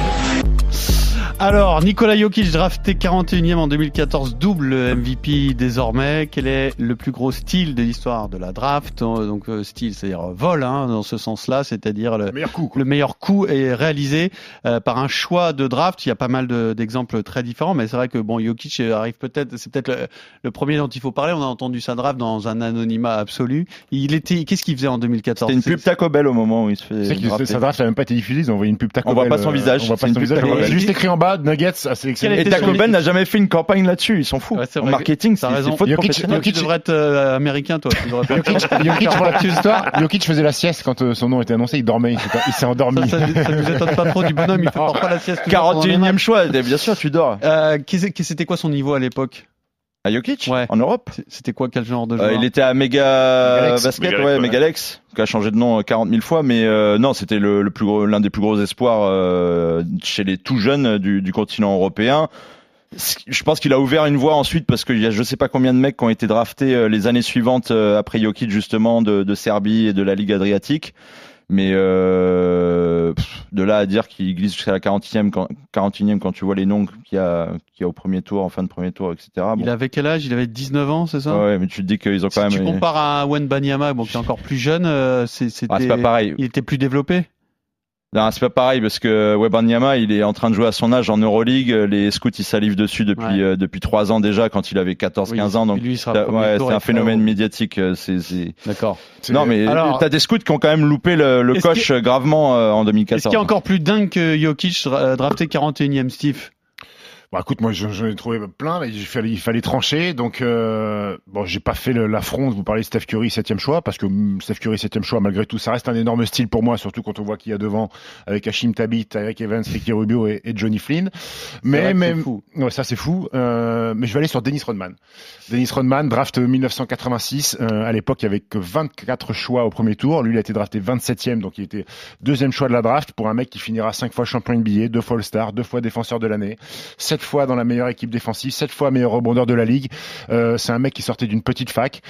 Speaker 4: Alors, Nikola Jokic drafté 41e en 2014, double MVP désormais. Quel est le plus gros style de l'histoire de la draft? Donc style, c'est-à-dire vol, dans ce sens-là, c'est-à-dire le meilleur coup est réalisé par un choix de draft. Il y a pas mal d'exemples très différents, mais c'est vrai que Jokic arrive c'est peut-être le premier dont il faut parler. On a entendu sa draft dans un anonymat absolu. Qu'est-ce qu'il faisait en 2014?
Speaker 6: C'était une pub Taco Bell au moment où il se fait drafter.
Speaker 5: Sa draft n'a même pas été diffusée. Ils ont envoyé une pub Taco Bell.
Speaker 6: On voit pas son visage.
Speaker 5: On voit pas son visage. Juste écrit en bas. Nuggets a sélectionné.
Speaker 6: Et Taco Bell n'a jamais fait une campagne là-dessus, ils s'en foutent. En marketing, c'est faute professionnelle.
Speaker 4: Tu devrais être américain, toi.
Speaker 5: Jokic faisait la sieste quand son nom était annoncé, il dormait, il s'est endormi.
Speaker 4: Ça nous étonne pas trop du bonhomme, il fait parfois la sieste.
Speaker 6: 41e choix, bien sûr, tu dors.
Speaker 4: C'était quoi son niveau à l'époque?
Speaker 6: À Jokic? En Europe?
Speaker 4: C'était quoi, quel genre de joueur?
Speaker 6: Il était à Megalex, Megalex, qui a changé de nom 40 000 fois, mais non, c'était l'un des plus gros espoirs chez les tout jeunes du continent européen. Je pense qu'il a ouvert une voie ensuite parce qu'il y a je sais pas combien de mecs qui ont été draftés les années suivantes après Jokic justement de Serbie et de la Ligue Adriatique. Mais de là à dire qu'il glisse jusqu'à la 41e quand tu vois les noms qu'il y a au premier tour, en fin de premier tour, etc. Bon.
Speaker 4: Il avait quel âge? Il avait 19 ans, c'est ça?
Speaker 6: Ouais, mais tu te dis qu'ils ont quand même...
Speaker 4: Si tu compares à Wembanyama, qui est encore plus jeune,
Speaker 6: c'est pas pareil.
Speaker 4: Il était plus développé?
Speaker 6: Non, c'est pas pareil parce que Wembanyama, il est en train de jouer à son âge en Euroleague. Les scouts, ils salivent dessus depuis 3 ans déjà, quand il avait 14-15 ans. Donc,
Speaker 4: lui,
Speaker 6: c'est un phénomène médiatique.
Speaker 4: D'accord.
Speaker 6: Non, mais t'as des scouts qui ont quand même loupé le coche gravement en 2014.
Speaker 4: Est-ce qu'il y a encore plus dingue que Jokic drafté 41e, Steve?
Speaker 5: Bon, écoute, moi, j'en ai trouvé plein, mais il fallait trancher. Donc, j'ai pas fait l'affront de vous parler de Steph Curry 7e choix, parce que Steph Curry 7e choix, malgré tout, ça reste un énorme style pour moi, surtout quand on voit qu'il y a devant avec Hashim Thabit, Eric Evans, Ricky Rubio et Johnny Flynn. Mais
Speaker 4: fou.
Speaker 5: Ouais, ça c'est fou. Mais je vais aller sur Dennis Rodman. Dennis Rodman, draft 1986. À l'époque, il y avait que 24 choix au premier tour. Lui, il a été drafté 27e, donc il était 2e choix de la draft pour un mec qui finira 5 fois champion NBA, 2 fois All-Star, 2 fois défenseur de l'année, 7 fois dans la meilleure équipe défensive, 7 fois meilleur rebondeur de la ligue. C'est un mec qui sortait d'une petite fac,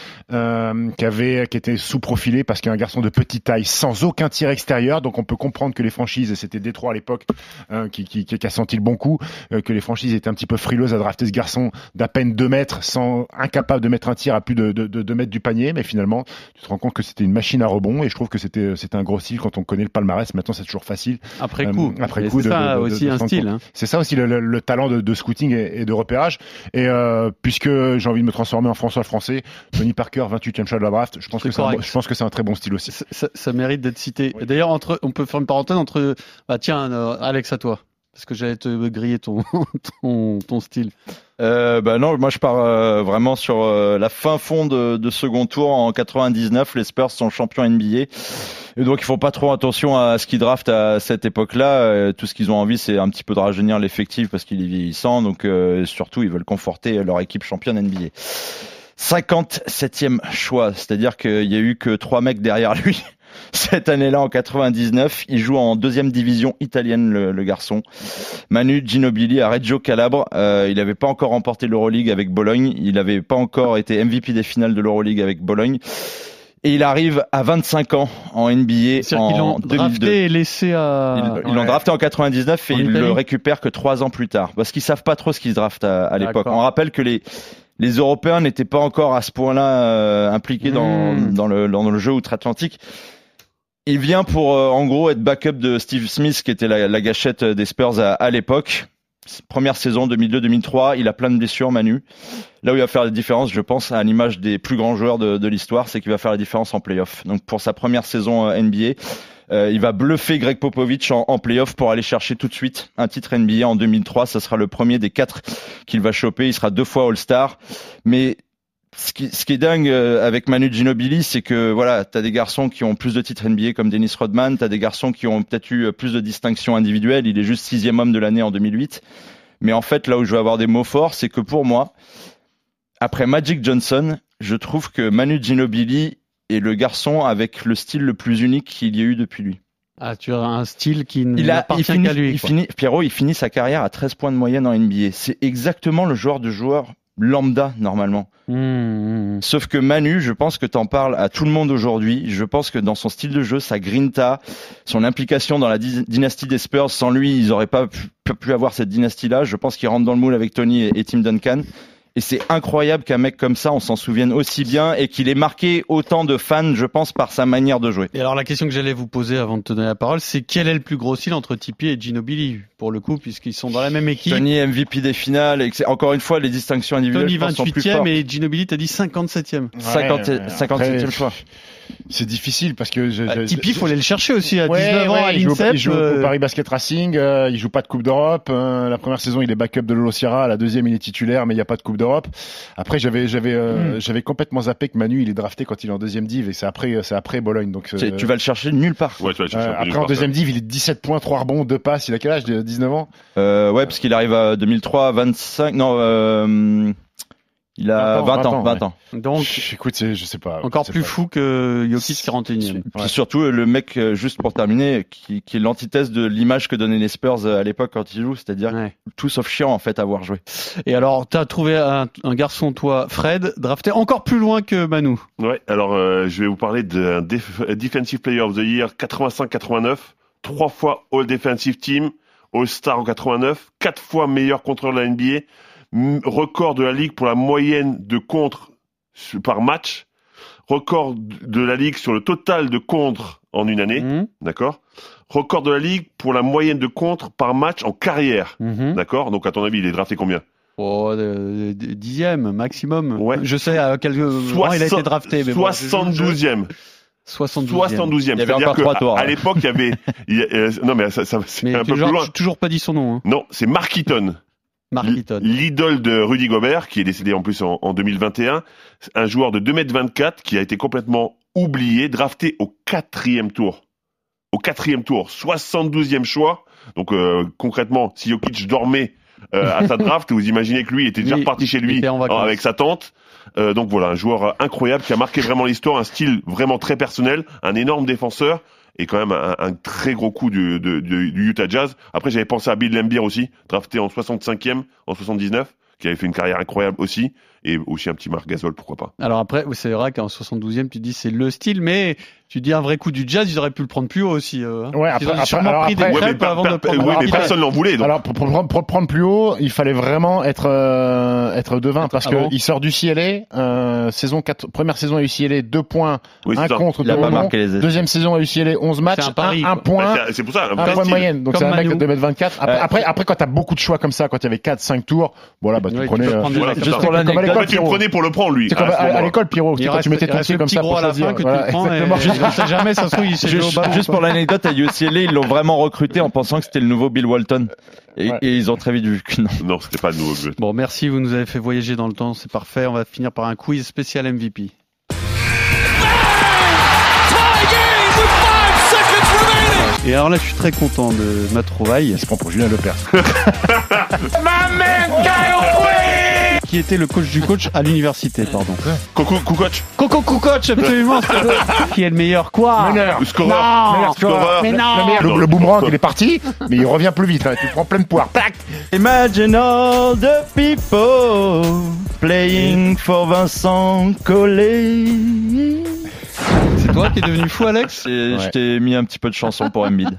Speaker 5: qui était sous-profilé parce qu'il est un garçon de petite taille, sans aucun tir extérieur. Donc on peut comprendre que les franchises, et c'était Détroit à l'époque qui a senti le bon coup, que les franchises étaient un petit peu frileuses à drafter ce garçon d'à peine 2 mètres, incapable de mettre un tir à plus de 2 mètres du panier. Mais finalement, tu te rends compte que c'était une machine à rebond, et je trouve que c'était un gros style quand on connaît le palmarès. Maintenant, c'est toujours facile.
Speaker 4: Après coup.
Speaker 5: C'est
Speaker 4: ça aussi un style. Hein.
Speaker 5: C'est ça aussi le talent de scouting et de repérage. Et puisque j'ai envie de me transformer en François le Français, Tony Parker, 28e choix de la draft, je pense que c'est un très bon style aussi.
Speaker 4: Ça mérite d'être cité. Oui. D'ailleurs, on peut faire une parenthèse entre... Alex, à toi. Parce que j'allais te griller ton style.
Speaker 6: Non, moi je pars vraiment sur la fin fond de second tour. En 99, les Spurs sont champions NBA. Et donc ils font pas trop attention à ce qu'ils draftent à cette époque-là. Tout ce qu'ils ont envie, c'est un petit peu de rajeunir l'effectif parce qu'il est vieillissant. Donc surtout, ils veulent conforter leur équipe championne NBA. 57e choix, c'est-à-dire qu'il y a eu que 3 mecs derrière lui. Cette année-là, en 99, il joue en 2e division italienne, le garçon. Manu Ginobili à Reggio Calabre. Il n'avait pas encore remporté l'Euroleague avec Bologne. Il n'avait pas encore été MVP des finales de l'Euroleague avec Bologne. Et il arrive à 25 ans en NBA en 2002.
Speaker 4: Drafté et laissé à...
Speaker 6: Ils l'ont drafté en 99 et ils le récupèrent que 3 ans plus tard. Parce qu'ils savent pas trop ce qu'ils draftent à l'époque. On rappelle que les Européens n'étaient pas encore à ce point-là impliqués dans le jeu outre-Atlantique. Il vient pour, en gros, être backup de Steve Smith, qui était la gâchette des Spurs à l'époque. Première saison 2002-2003, il a plein de blessures, Manu. Là où il va faire la différence, je pense, à l'image des plus grands joueurs de l'histoire, c'est qu'il va faire la différence en play-off. Donc pour sa première saison NBA, il va bluffer Greg Popovich en play-off pour aller chercher tout de suite un titre NBA en 2003. Ça sera le premier des 4 qu'il va choper. Il sera 2 fois All-Star. Mais ce qui est dingue avec Manu Ginobili, c'est que voilà, t'as des garçons qui ont plus de titres NBA comme Dennis Rodman, t'as des garçons qui ont peut-être eu plus de distinctions individuelles. Il est juste 6e homme de l'année en 2008. Mais en fait, là où je vais avoir des mots forts, c'est que pour moi, après Magic Johnson, je trouve que Manu Ginobili est le garçon avec le style le plus unique qu'il y a eu depuis lui.
Speaker 4: Ah, tu as un style qui n'appartient qu'à lui.
Speaker 6: Pierrot, il finit sa carrière à 13 points de moyenne en NBA. C'est exactement le genre de joueur lambda normalement. Sauf que Manu, je pense que t'en parles à tout le monde aujourd'hui. Je pense que dans son style de jeu, sa grinta, son implication dans la dynastie des Spurs, sans lui, ils auraient pas pu avoir cette dynastie-là. Je pense qu'il rentre dans le moule avec Tony et Tim Duncan. Et c'est incroyable qu'un mec comme ça, on s'en souvienne aussi bien et qu'il ait marqué autant de fans, je pense, par sa manière de jouer.
Speaker 4: Et alors la question que j'allais vous poser avant de te donner la parole, c'est quel est le plus gros style entre Tipeee et Ginobili, pour le coup, puisqu'ils sont dans la même équipe.
Speaker 6: Tony MVP des finales, et encore une fois, les distinctions individuelles
Speaker 4: Tony
Speaker 6: sont plus fortes.
Speaker 4: 28e et Ginobili, t'as dit 57e.
Speaker 6: 57e choix.
Speaker 5: C'est difficile parce que
Speaker 4: Tipeee, il faut aller le chercher aussi à 19 ans à l'INSEP.
Speaker 5: Il joue au Paris Basket Racing, il joue pas de Coupe d'Europe. La première saison, il est backup de Lolo Sierra, la deuxième, il est titulaire, mais il y a pas de Coupe d'Europe. Après, j'avais complètement zappé que Manu, il est drafté quand il est en deuxième div et c'est après Bologne. Donc
Speaker 6: tu vas le chercher nulle part.
Speaker 9: Ouais, tu vas le chercher
Speaker 5: après en deuxième div, il est 17 points, 3 rebonds, 2 passes. Il a quel âge? 19 ans?
Speaker 6: Ouais, parce qu'il arrive à 2003, 25. Non, Il a 20 ans.
Speaker 5: ouais.
Speaker 4: Donc,
Speaker 5: écoute, je sais pas.
Speaker 4: encore
Speaker 5: je sais
Speaker 4: plus
Speaker 5: pas.
Speaker 4: fou que Jokic 41e.
Speaker 6: Puis surtout, le mec, juste pour terminer, qui est l'antithèse de l'image que donnaient les Spurs à l'époque quand ils jouent, c'est-à-dire tout sauf chiant en fait à avoir joué.
Speaker 4: Et alors, t'as trouvé un garçon, toi, Fred, drafté encore plus loin que Manu.
Speaker 9: Ouais, alors je vais vous parler d'un Defensive Player of the Year 85-89, 3 fois All Defensive Team, All-Star en 89, 4 fois meilleur contreur de la NBA, record de la ligue pour la moyenne de contres par match, record de la ligue sur le total de contres en une année, d'accord ? Record de la ligue pour la moyenne de contres par match en carrière, d'accord ? Donc à ton avis, il est drafté combien ?
Speaker 4: Oh, 10e maximum.
Speaker 9: Ouais.
Speaker 4: Je sais à quel moment il a été drafté. Mais
Speaker 9: 72e.
Speaker 4: 72e.
Speaker 6: Il y avait encore 3 tours.
Speaker 9: À l'époque, il y avait. Non, mais ça c'est
Speaker 4: mais
Speaker 9: un peu plus loin.
Speaker 4: Toujours pas dit son nom. Hein.
Speaker 9: Non, c'est Mark Eaton. L'idole de Rudy Gobert, qui est décédé en plus en 2021. Un joueur de 2m24 qui a été complètement oublié, drafté au 4e tour. Au 4e tour, 72e choix. Donc concrètement, si Jokic dormait à sa draft, vous imaginez que lui était déjà reparti chez lui avec sa tante. Donc voilà, un joueur incroyable qui a marqué vraiment l'histoire, un style vraiment très personnel, un énorme défenseur et quand même un très gros coup du Utah Jazz. Après, j'avais pensé à Bill Laimbeer aussi, drafté en 65e, en 79, qui avait fait une carrière incroyable aussi, et aussi un petit Marc Gasol, pourquoi pas.
Speaker 4: Alors après, c'est vrai qu'en 72e, tu dis c'est le style, mais tu dis un vrai coup du Jazz, ils auraient pu le prendre plus haut aussi.
Speaker 5: Ouais, après,
Speaker 4: ils ont sûrement pris des crêpes avant de prendre.
Speaker 9: Oui, mais personne n'en voulait. Donc.
Speaker 5: Alors pour le prendre plus haut, il fallait vraiment être devin parce que il sort du CLA, première saison à UCLA, 2 points, 1 contre, 2 rebonds. Deuxième saison à UCLA, 11 matchs, 1 point,
Speaker 9: c'est pour ça,
Speaker 5: un point de moyenne. Donc c'est un mec de 2m24. Après quand t'as beaucoup de choix comme ça, quand il y avait 4-5 tours, voilà, bah tu prenais
Speaker 9: juste pour l'anecdote, tu le prenais pour le prendre lui.
Speaker 5: C'est comme à l'école, Pierrot, quand tu mettais ton pied comme ça pour choisir.
Speaker 4: On sait jamais, ça se trouve, il s'est joué au ballon.
Speaker 6: Juste pour l'anecdote, à UCLA, ils l'ont vraiment recruté en pensant que c'était le nouveau Bill Walton. Et ils ont très vite vu que non.
Speaker 9: Non, c'était pas le nouveau Bill.
Speaker 4: Bon, merci, vous nous avez fait voyager dans le temps, c'est parfait. On va finir par un quiz spécial MVP. Et alors là, je suis très content de ma trouvaille.
Speaker 5: Il se prend pour Julien Lepers.
Speaker 4: Qui était le coach du coach à l'université, pardon.
Speaker 9: Coco Kukoc.
Speaker 4: Coco Kukoc, absolument. Qui est le meilleur quoi?
Speaker 9: Scoreur.
Speaker 4: Mais non.
Speaker 5: Le boomerang, il est parti, mais il revient plus vite. Hein. Tu prends plein de poire. Tac.
Speaker 6: Imagine all the people playing for Vincent Collet.
Speaker 4: C'est toi qui es devenu fou, Alex?
Speaker 6: Je t'ai mis un petit peu de chanson pour Embiid.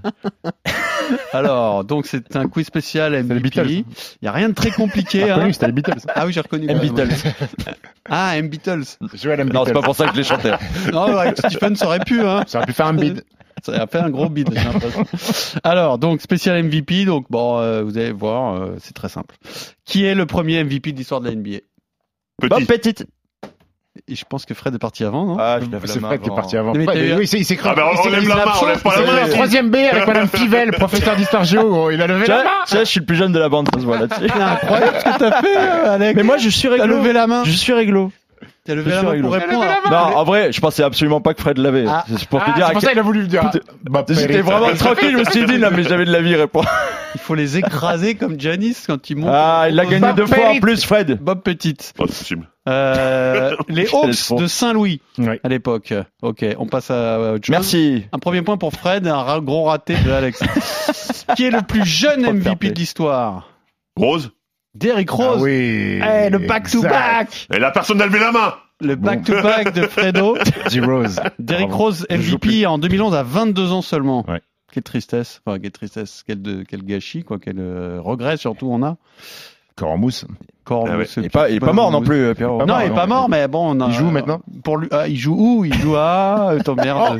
Speaker 4: Alors, donc c'est un quiz spécial MVP. Il n'y a rien de très compliqué.
Speaker 5: Hein. C'était les Beatles.
Speaker 4: Ah oui, j'ai reconnu.
Speaker 6: M-Beatles.
Speaker 4: Ah, M-Beatles.
Speaker 6: Non, c'est pas pour ça que je l'ai chanté.
Speaker 4: Non, ouais, Stephen ça aurait pu. Hein.
Speaker 5: Ça aurait pu faire un bid.
Speaker 4: Ça a fait un gros bid, j'ai l'impression. Alors, donc, spécial MVP. Donc, bon, vous allez voir, c'est très simple. Qui est le premier MVP de l'histoire de la NBA?
Speaker 6: Bob Pettit.
Speaker 4: Et je pense que Fred est parti avant, non?
Speaker 5: Ah, c'est Fred qui est parti avant. Oui,
Speaker 9: il s'est cru. Ah ben on lève la main, on lève pas la main.
Speaker 5: Troisième B avec Madame Pivel, professeur d'histoire géo. Il a levé la main.
Speaker 6: Tiens, je suis le plus jeune de la bande, ça se voit là-dessus.
Speaker 4: C'est incroyable ce que t'as fait, Alex.
Speaker 6: Mais moi, je suis réglo.
Speaker 4: T'as levé la main.
Speaker 6: Je suis réglo.
Speaker 4: T'as levé la main pour répondre.
Speaker 6: Non, en vrai, je pensais absolument pas que Fred l'avait. C'est pour te dire.
Speaker 5: C'est pour ça qu'il a voulu le dire.
Speaker 6: J'étais vraiment tranquille, je me suis dit, là, mais j'avais de la vie, répond.
Speaker 4: Il faut les écraser comme Giannis quand ils montent.
Speaker 6: Ah, il l'a gagné 2 fois en plus, Fred.
Speaker 4: Bob Pettit.
Speaker 9: Pas possible.
Speaker 4: Les Hawks de Saint-Louis à l'époque. Ok, on passe à autre chose.
Speaker 6: Merci.
Speaker 4: Un premier point pour Fred, un gros raté de Alex. Qui est le plus jeune MVP de l'histoire?
Speaker 9: Rose.
Speaker 4: Derrick Rose.
Speaker 5: Ah oui.
Speaker 4: Le back-to-back.
Speaker 9: Et la personne n'a levé la main.
Speaker 4: Le back-to-back de Fredo.
Speaker 5: D-Rose.
Speaker 4: Derrick Rose, MVP en 2011 à 22 ans seulement.
Speaker 5: Ouais.
Speaker 4: Quelle tristesse. Enfin, quelle tristesse. Quel gâchis, quoi. Quel regret surtout on a.
Speaker 5: Corps en mousse.
Speaker 6: Il est pas mort non plus, Pierrot.
Speaker 4: Non, il est pas mort, mais bon,
Speaker 5: il joue maintenant.
Speaker 4: Pour lui, il joue où? Il joue à. Ton merde.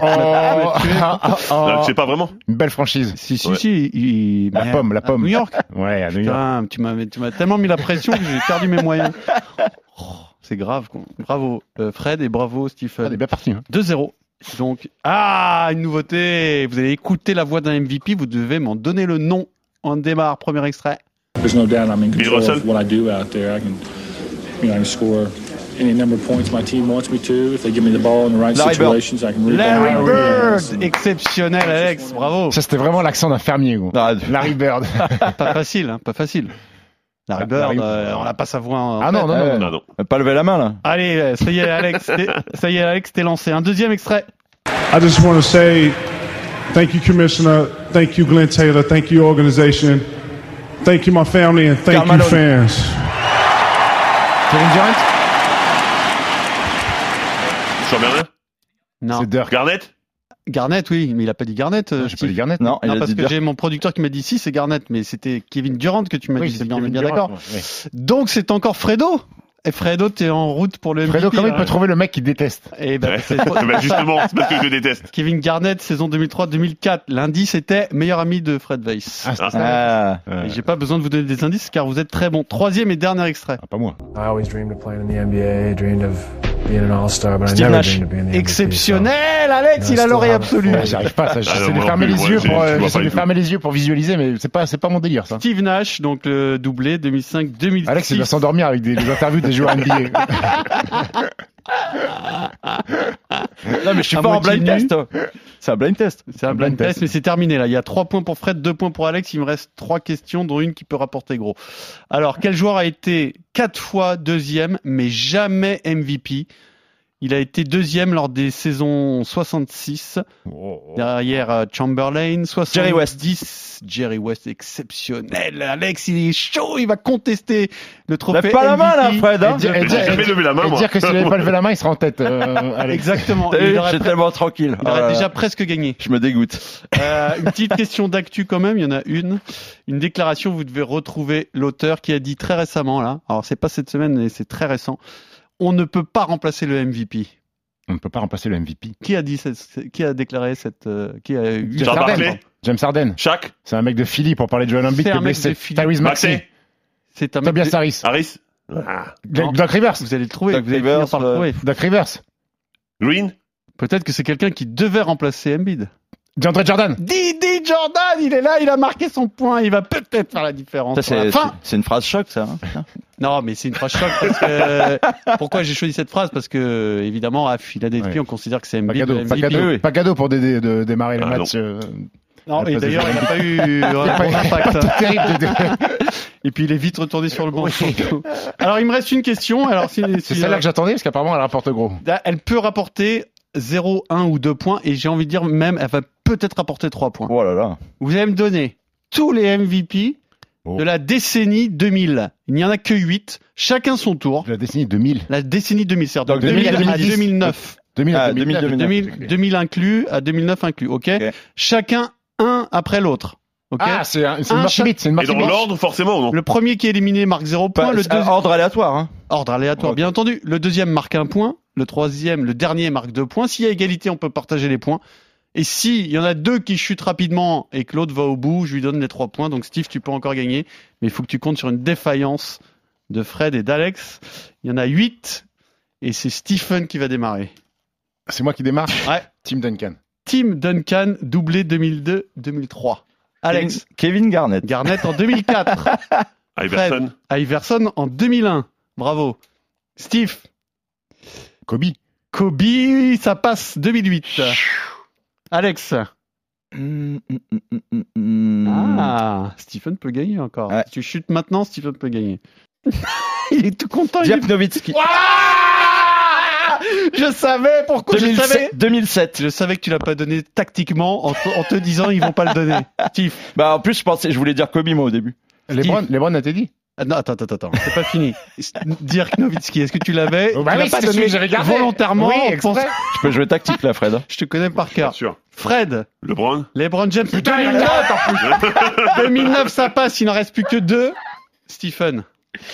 Speaker 9: C'est pas vraiment.
Speaker 5: Une belle franchise.
Speaker 4: Si.
Speaker 5: La pomme.
Speaker 4: À New York.
Speaker 5: Ouais, à New York.
Speaker 4: Putain, tu m'as tellement mis la pression que j'ai perdu mes moyens. C'est grave. Bravo Fred et bravo Stephen.
Speaker 5: On est bien parti.
Speaker 4: 2-0. Donc, une nouveauté. Vous allez écouter la voix d'un MVP. Vous devez m'en donner le nom. On démarre. Premier extrait.
Speaker 14: There's no doubt I'm in control of what I do out there. I can score any number of points my team wants me to. If they give me the ball in the right situations, I can rebound.
Speaker 4: Larry Bird, exceptionnel, Alex, bravo.
Speaker 5: Ça c'était vraiment l'accent d'un fermier, gros. Larry Bird.
Speaker 4: Pas facile, pas facile. Larry Bird, on n'a pas sa voix.
Speaker 5: Non.
Speaker 6: Pas lever la main, là.
Speaker 4: Allez, ça y est, Alex, t'es lancé. Un deuxième extrait.
Speaker 15: I just want to say thank you, Commissioner. Thank you, Glenn Taylor. Thank you, organization. Thank you, my family, and thank you, fans.
Speaker 5: Kevin Durant?
Speaker 9: Sean Bernard?
Speaker 4: Non.
Speaker 5: C'est Dirk.
Speaker 4: Garnett, oui, mais il a pas dit Garnett.
Speaker 5: J'ai pas dit Garnett.
Speaker 6: Non, il a
Speaker 4: parce
Speaker 6: dit
Speaker 4: que
Speaker 6: Dirk.
Speaker 4: j'ai mon producteur qui m'a dit si, c'est Garnett, mais c'était Kevin Durant que tu m'as dit. C'est bien, on est bien
Speaker 5: Durant,
Speaker 4: d'accord.
Speaker 5: oui.
Speaker 4: Donc c'est encore Fredo. Et Fredo, t'es en route pour le MVP.
Speaker 5: Fredo, comment il peut trouver le mec qu'il déteste?
Speaker 4: Et ben,
Speaker 9: justement, c'est parce que je le déteste.
Speaker 4: Kevin Garnett, saison 2003-2004. L'indice était meilleur ami de Fred Weiss. Et j'ai pas besoin de vous donner des indices car vous êtes très bon. Troisième et dernier extrait.
Speaker 5: Pas moi.
Speaker 16: I always dreamed of playing in the NBA, dreamed of being an all-star, but I
Speaker 4: Steve
Speaker 16: never
Speaker 4: Nash.
Speaker 16: dreamed of being the MVP.
Speaker 4: Exceptionnel, Alex, il a l'oreille absolue.
Speaker 5: J'arrive pas, j'essaie de fermer les yeux fermer les yeux pour visualiser, mais c'est pas mon délire, ça.
Speaker 4: Steve Nash, donc le doublé 2005-2006.
Speaker 5: Alex, il doit s'endormir avec des interviews des joueurs NBA.
Speaker 6: Non, mais je suis pas en blind test. C'est un blind test.
Speaker 4: C'est un blind test, mais c'est terminé là. Il y a 3 points pour Fred, 2 points pour Alex. Il me reste 3 questions, dont une qui peut rapporter gros. Alors, quel joueur a été 4 fois deuxième, mais jamais MVP? Il a été deuxième lors des saisons 66, derrière Chamberlain, 70. Jerry West, exceptionnel. Alex, il est chaud, il va contester le trophée.
Speaker 6: Lève pas la main, là,
Speaker 4: MVP.
Speaker 6: Fred, hein.
Speaker 9: J'ai jamais levé la main, moi.
Speaker 5: Dire que s'il avait pas levé la main, il sera en tête, Alex.
Speaker 4: Exactement.
Speaker 6: J'étais tellement tranquille.
Speaker 4: Il aurait déjà presque gagné.
Speaker 6: Je me dégoûte.
Speaker 4: Une petite question d'actu quand même, il y en a une. Une déclaration, vous devez retrouver l'auteur qui a dit très récemment, là. Alors, c'est pas cette semaine, mais c'est très récent. On ne peut pas remplacer le MVP.
Speaker 5: On ne peut pas remplacer le MVP.
Speaker 4: Qui a dit qui a déclaré cette qui a eu
Speaker 5: James Harden.
Speaker 9: Shaq.
Speaker 5: C'est un mec de Philly pour parler de Joel Embiid qui est blessé. Tyrese Maxey.
Speaker 4: C'est un mec
Speaker 5: Tobias Harris. Doc Rivers.
Speaker 4: Vous allez le trouver.
Speaker 6: Doc Rivers.
Speaker 5: Doc Rivers.
Speaker 9: Green.
Speaker 4: Peut-être que c'est quelqu'un qui devait remplacer Embiid.
Speaker 5: DeAndre Jordan.
Speaker 4: Didi Jordan, il est là, il a marqué son point, il va peut-être faire la différence.
Speaker 6: Ça, c'est une phrase choc, ça. Hein.
Speaker 4: Non, mais c'est une phrase choc parce que pourquoi j'ai choisi cette phrase? Parce que évidemment, à Philadelphie, on considère que c'est Embiid.
Speaker 5: Pas cadeau pour démarrer les matchs.
Speaker 4: Non, et d'ailleurs, il n'a pas eu un bon impact.
Speaker 5: Terrible.
Speaker 4: Et puis, il est vite retourné sur le banc. Alors, il me reste une question. Alors, c'est
Speaker 5: celle-là que j'attendais, parce qu'apparemment, elle rapporte gros.
Speaker 4: Elle peut rapporter 0, 1 ou 2 points, et j'ai envie de dire même, elle va peut-être rapporter 3 points.
Speaker 6: Oh là là.
Speaker 4: Vous allez me donner tous les MVP de la décennie 2000. Il n'y en a que 8, chacun son tour.
Speaker 5: La décennie 2000.
Speaker 4: La décennie 2000, c'est-à-dire
Speaker 5: donc
Speaker 4: 2000 à
Speaker 5: 2010.
Speaker 4: 2009. 2000 inclus à 2009 inclus, ok. Chacun un après l'autre. Okay.
Speaker 5: Ah, c'est une marche vite, c'est une marche
Speaker 9: vite. Et dans l'ordre, forcément, non?
Speaker 4: Le premier qui est éliminé marque 0 points. Le deuxième...
Speaker 6: Ordre aléatoire, hein.
Speaker 4: Ordre aléatoire, bien entendu. Le deuxième marque 1 point. Le troisième, le dernier marque 2 points. S'il y a égalité, on peut partager les points. Et s'il y en a 2 qui chutent rapidement et que l'autre va au bout, je lui donne les 3 points. Donc Steve, tu peux encore gagner. Mais il faut que tu comptes sur une défaillance de Fred et d'Alex. Il y en a 8. Et c'est Stephen qui va démarrer.
Speaker 5: C'est moi qui démarre?
Speaker 4: Ouais.
Speaker 5: Tim Duncan.
Speaker 4: Tim Duncan, doublé 2002-2003. Alex.
Speaker 6: Kevin Garnett.
Speaker 4: Garnett en 2004.
Speaker 9: Iverson.
Speaker 4: Iverson en 2001. Bravo. Steve. Kobe, ça passe 2008. Alex. Ah, Stephen peut gagner encore. Ouais. Si tu chutes maintenant, Stephen peut gagner. Il est tout content.
Speaker 6: Dirk Nowitzki.
Speaker 4: Je savais pourquoi
Speaker 6: 2007.
Speaker 4: Je savais que tu l'as pas donné tactiquement en te disant ils vont pas le donner. Steve.
Speaker 6: Bah en plus je voulais dire Kobe moi au début.
Speaker 5: LeBron a dit?
Speaker 4: Non, attends, c'est pas fini. Dirk Nowitzki, est-ce que tu l'avais?
Speaker 5: Bah oui,
Speaker 4: pas donné volontairement.
Speaker 5: Oui, exprès.
Speaker 6: Je peux jouer tactique là, Fred.
Speaker 4: Je te connais par cœur. Fred.
Speaker 9: LeBron
Speaker 4: James. Putain, 2009 en plus. 2009, ça passe, il n'en reste plus que 2. Stephen.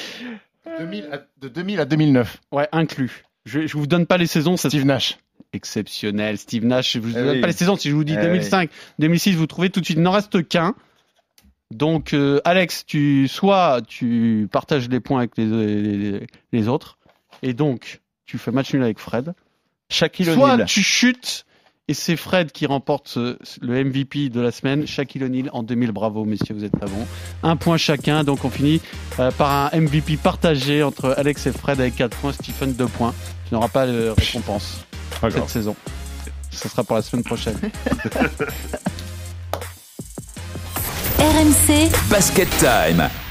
Speaker 5: De 2000 à 2009.
Speaker 4: Ouais, inclus. Je vous donne pas les saisons.
Speaker 5: Steve Nash.
Speaker 4: Exceptionnel. Steve Nash, je vous donne pas les saisons. Si je vous dis 2005, 2006, vous trouvez tout de suite. Il n'en reste qu'un. Donc, Alex, tu partages les points avec les autres. Et donc, tu fais match nul avec Fred.
Speaker 6: Shaquille
Speaker 4: O'Neal. Soit
Speaker 6: O'Neal.
Speaker 4: tu chutes et c'est Fred qui remporte le MVP de la semaine. Shaquille O'Neal en 2000. Bravo, messieurs, vous êtes très bons. 1 point chacun. Donc, on finit par un MVP partagé entre Alex et Fred avec 4 points. Stephen, 2 points. Tu n'auras pas de récompense cette saison. Ça sera pour la semaine prochaine.
Speaker 3: RMC
Speaker 17: Basket Time.